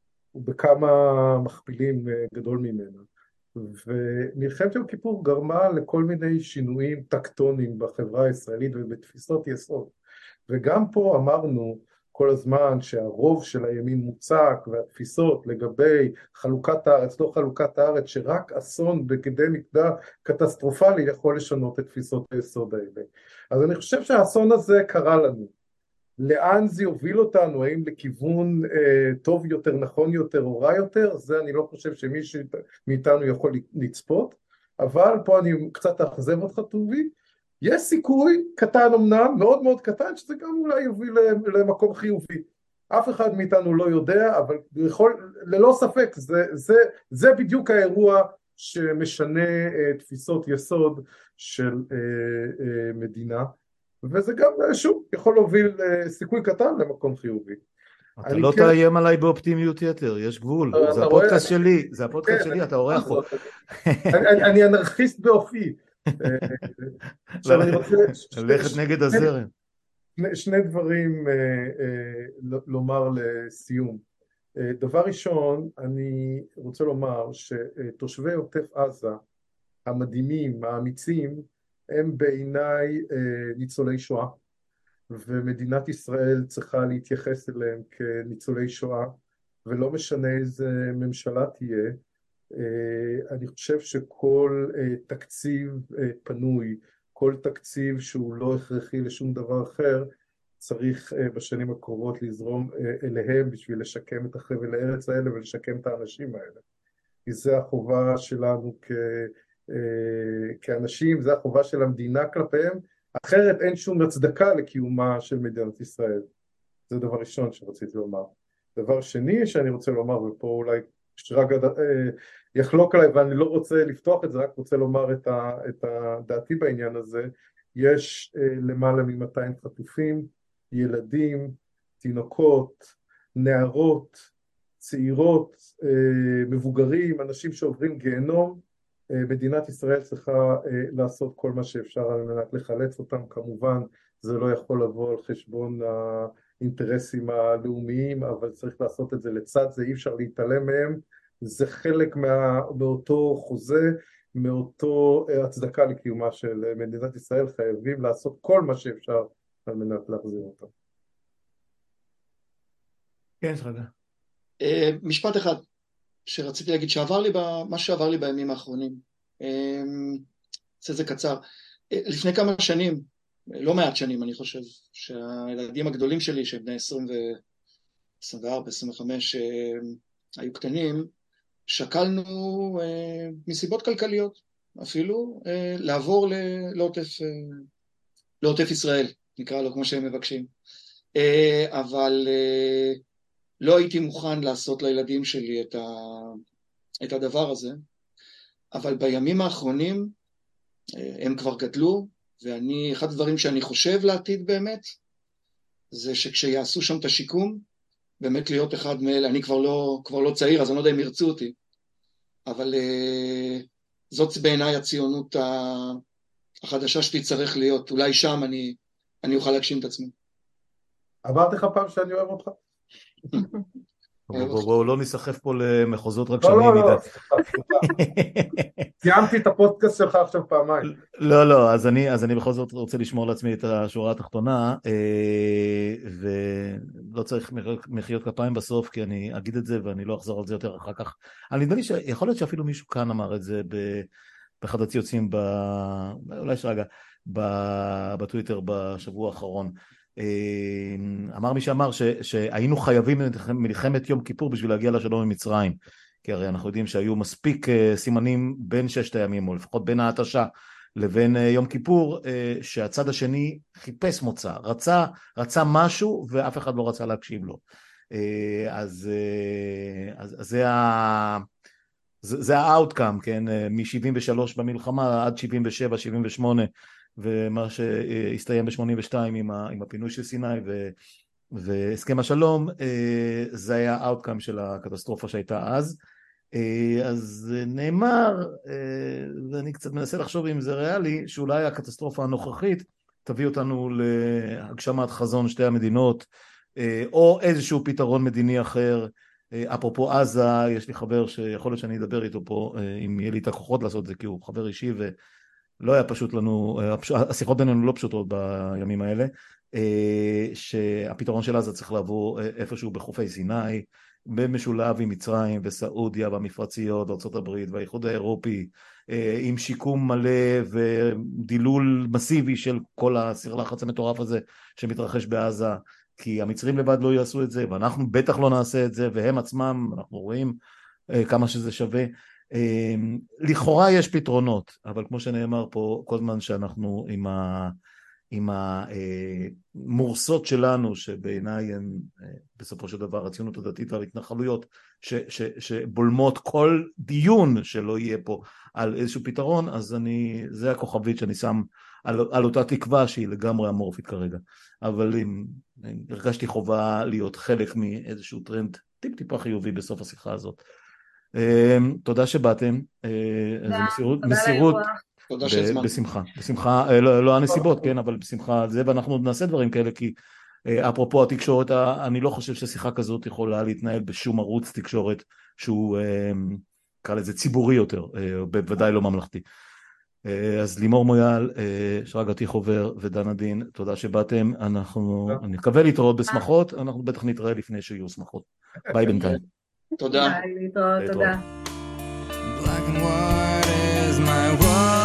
בכמה מכפילים גדול ממנו. ומלחמת יום כיפור גרמה לכל מיני שינויים טקטוניים בחברה הישראלית ובתפיסות יסוד. וגם פה אמרנו כל הזמן שהרוב של הימין מוצק, והתפיסות לגבי חלוקת הארץ, לא חלוקת הארץ, שרק אסון בקנה מידה קטסטרופלי יכול לשנות את תפיסות היסוד האלה. אז אני חושב שהאסון הזה קרה לנו. לאן זה יוביל אותנו, האם לכיוון טוב יותר, נכון יותר או רע יותר, זה אני לא חושב שמישהו מאיתנו יכול לצפות, אבל פה אני קצת אכזב אותך טובי, יש סיכוי קטן אמנם, מאוד מאוד קטן, שזה גם אולי יוביל למקום חיובי. אף אחד מאיתנו לא יודע, אבל ללא ספק, זה בדיוק האירוע שמשנה תפיסות יסוד של מדינה, וזה גם שוב יכול להוביל סיכוי קטן למקום חיובי. אתה לא תאיים עליי באופטימיות יתר, יש גבול, זה הפודקאסט שלי, אתה אורח פה. אני אנרכיסט באופי. עכשיו אני רוצה ללכת נגד הזרם. שני דברים לומר לסיום. דבר ראשון, אני רוצה לומר שתושבי עוטף עזה המדהימים, האמיצים, הם בעיניי ניצולי שואה, ומדינת ישראל צריכה להתייחס אליהם כניצולי שואה, ולא משנה איזה ממשלה תהיה. אני חושב שכל תקציב פנוי, כל תקציב שהוא לא הכרחי לשום דבר אחר, צריך בשנים הקרובות לזרום אליהם בשביל לשקם את החבל הארץ האלה ולשקם את האנשים האלה. כי זה החובה שלנו כאנשים, זה החובה של המדינה כלפיהם, אחרת אין שום הצדקה לקיומה של מדינת ישראל. זה דבר ראשון שרציתי לומר. דבר שני שאני רוצה לומר, ופה אולי שרגא יחלוק עליי ואני לא רוצה לפתוח את זה, רק רוצה לומר את דעתי בעניין הזה, יש למעלה מ-200 חטופים, ילדים, תינוקות, נערות, צעירות, מבוגרים, אנשים שעוברים גיהנום. מדינת ישראל צריכה לעשות כל מה שאפשר על מנת לחלץ אותם, כמובן זה לא יכול לבוא על חשבון האינטרסים הלאומיים, אבל צריך לעשות את זה לצד זה, אי אפשר להתעלם מהם, זה חלק מאותו חוזה, מאותו הצדקה לקיומה של מדינת ישראל, חייבים לעשות כל מה שאפשר על מנת להחזיר אותם. כן, שרגא. משפט אחד שרציתי להגיד, מה שעבר לי בימים האחרונים, זה קצר. לפני כמה שנים, לא מעט שנים אני חושב, שהילדים הגדולים שלי, שהם בני 20 ו-24, 25, היו קטנים, שקלנו מסיבות כלכליות, אפילו לעבור לעוטף ישראל, נקרא לו כמו שהם מבקשים. אבל לא הייתי מוכן לעשות לילדים שלי את הדבר הזה, אבל בימים האחרונים הם כבר גדלו, אחד הדברים שאני חושב לעתיד באמת, זה שכשיעשו שם את השיקום, באמת להיות אחד מאלה, אני כבר לא צעיר, אז אני לא יודע אם ירצו אותי, אבל זאת בעיניי הציונות החדשה שתצטרך להיות, אולי שם אני אוכל להגשים את עצמי. אמרתי לך פעם שאני אוהב אותך? בואו לא נסחף פה למחוזות רגשניים מדי. סיימתי את הפודקאסט שלך עכשיו פעמיים. לא, אז אני בכל זאת רוצה לשמור לעצמי את השורה התחתונה, ולא צריך מחיאות כפיים בסוף, כי אני אגיד את זה ואני לא אחזור על זה יותר אחר כך. אני נדמה לי שיכול להיות שאפילו מישהו כאן אמר את זה באחד הציוצים, אולי שרגע, בטוויטר בשבוע האחרון. אמר מי שאמר שהיינו חייבים מלחמת יום כיפור בשביל להגיע לשלום עם מצרים, כי הרי אנחנו יודעים שהיו מספיק סימנים בין ששת הימים, או לפחות בין ההתשה לבין יום כיפור, שהצד השני חיפש מוצא, רצה משהו ואף אחד לא רצה להקשיב לו. אז זה האוטקאם, כן? מ-73 במלחמה עד 77, 78, ומה שהסתיים ב-82 עם הפינוי של סיני והסכם השלום, זה היה האוטקאם של הקטסטרופה שהייתה אז. אז נאמר, ואני קצת מנסה לחשוב אם זה ריאלי, שאולי הקטסטרופה הנוכחית תביא אותנו להגשמת חזון שתי המדינות, או איזשהו פתרון מדיני אחר. אפרופו עזה, יש לי חבר שיכול להיות שאני אדבר איתו פה, אם יהיה לי את הכוחות לעשות זה, כי הוא חבר אישי ולא היה פשוט לנו, השיחות בינינו לא פשוטות בימים האלה, שהפתרון של עזה צריך לעבור איפשהו בחופי סיני, במשולב עם מצרים וסעודיה במפרציות, ארצות הברית והאיחוד האירופי, עם שיקום מלא ודילול מסיבי של כל הסיר לחץ המטורף הזה שמתרחש בעזה, כי המצרים לבד לא יעשו את זה, ואנחנו בטח לא נעשה את זה, והם עצמם, אנחנו רואים כמה שזה שווה. לכאורה יש פתרונות, אבל כמו שנאמר פה, כל זמן שאנחנו עם המורסות שלנו, שבעיניי הן בסופו של דבר הציונות הדתית וההתנחלויות, שבולמות כל דיון שלא יהיה פה על איזשהו פתרון, אז זה הכוכבית שאני שם על אותה תקווה שהיא לגמרי אמורפית כרגע. אבל אם הרגשתי חובה להיות חלק מאיזשהו טרנד טיפה חיובי בסוף השיחה הזאת. תודה שבאתם, מסירות, בשמחה, לא הנסיבות, כן, אבל בשמחה על זה, ואנחנו נעשה דברים כאלה, כי אפרופו התקשורת, אני לא חושב ששיחה כזאת יכולה להתנהל בשום ערוץ תקשורת שהוא, קרא לזה ציבורי יותר, בוודאי לא ממלכתי. אז לימור מויאל, שרגא טיחובר ודנה דין, תודה שבאתם, אני מקווה להתראות בשמחות, אנחנו בטח נתראה לפני שיהיו שמחות. ביי בינתיים. תודה. ביי, להתראות, תודה. Black and white is my world.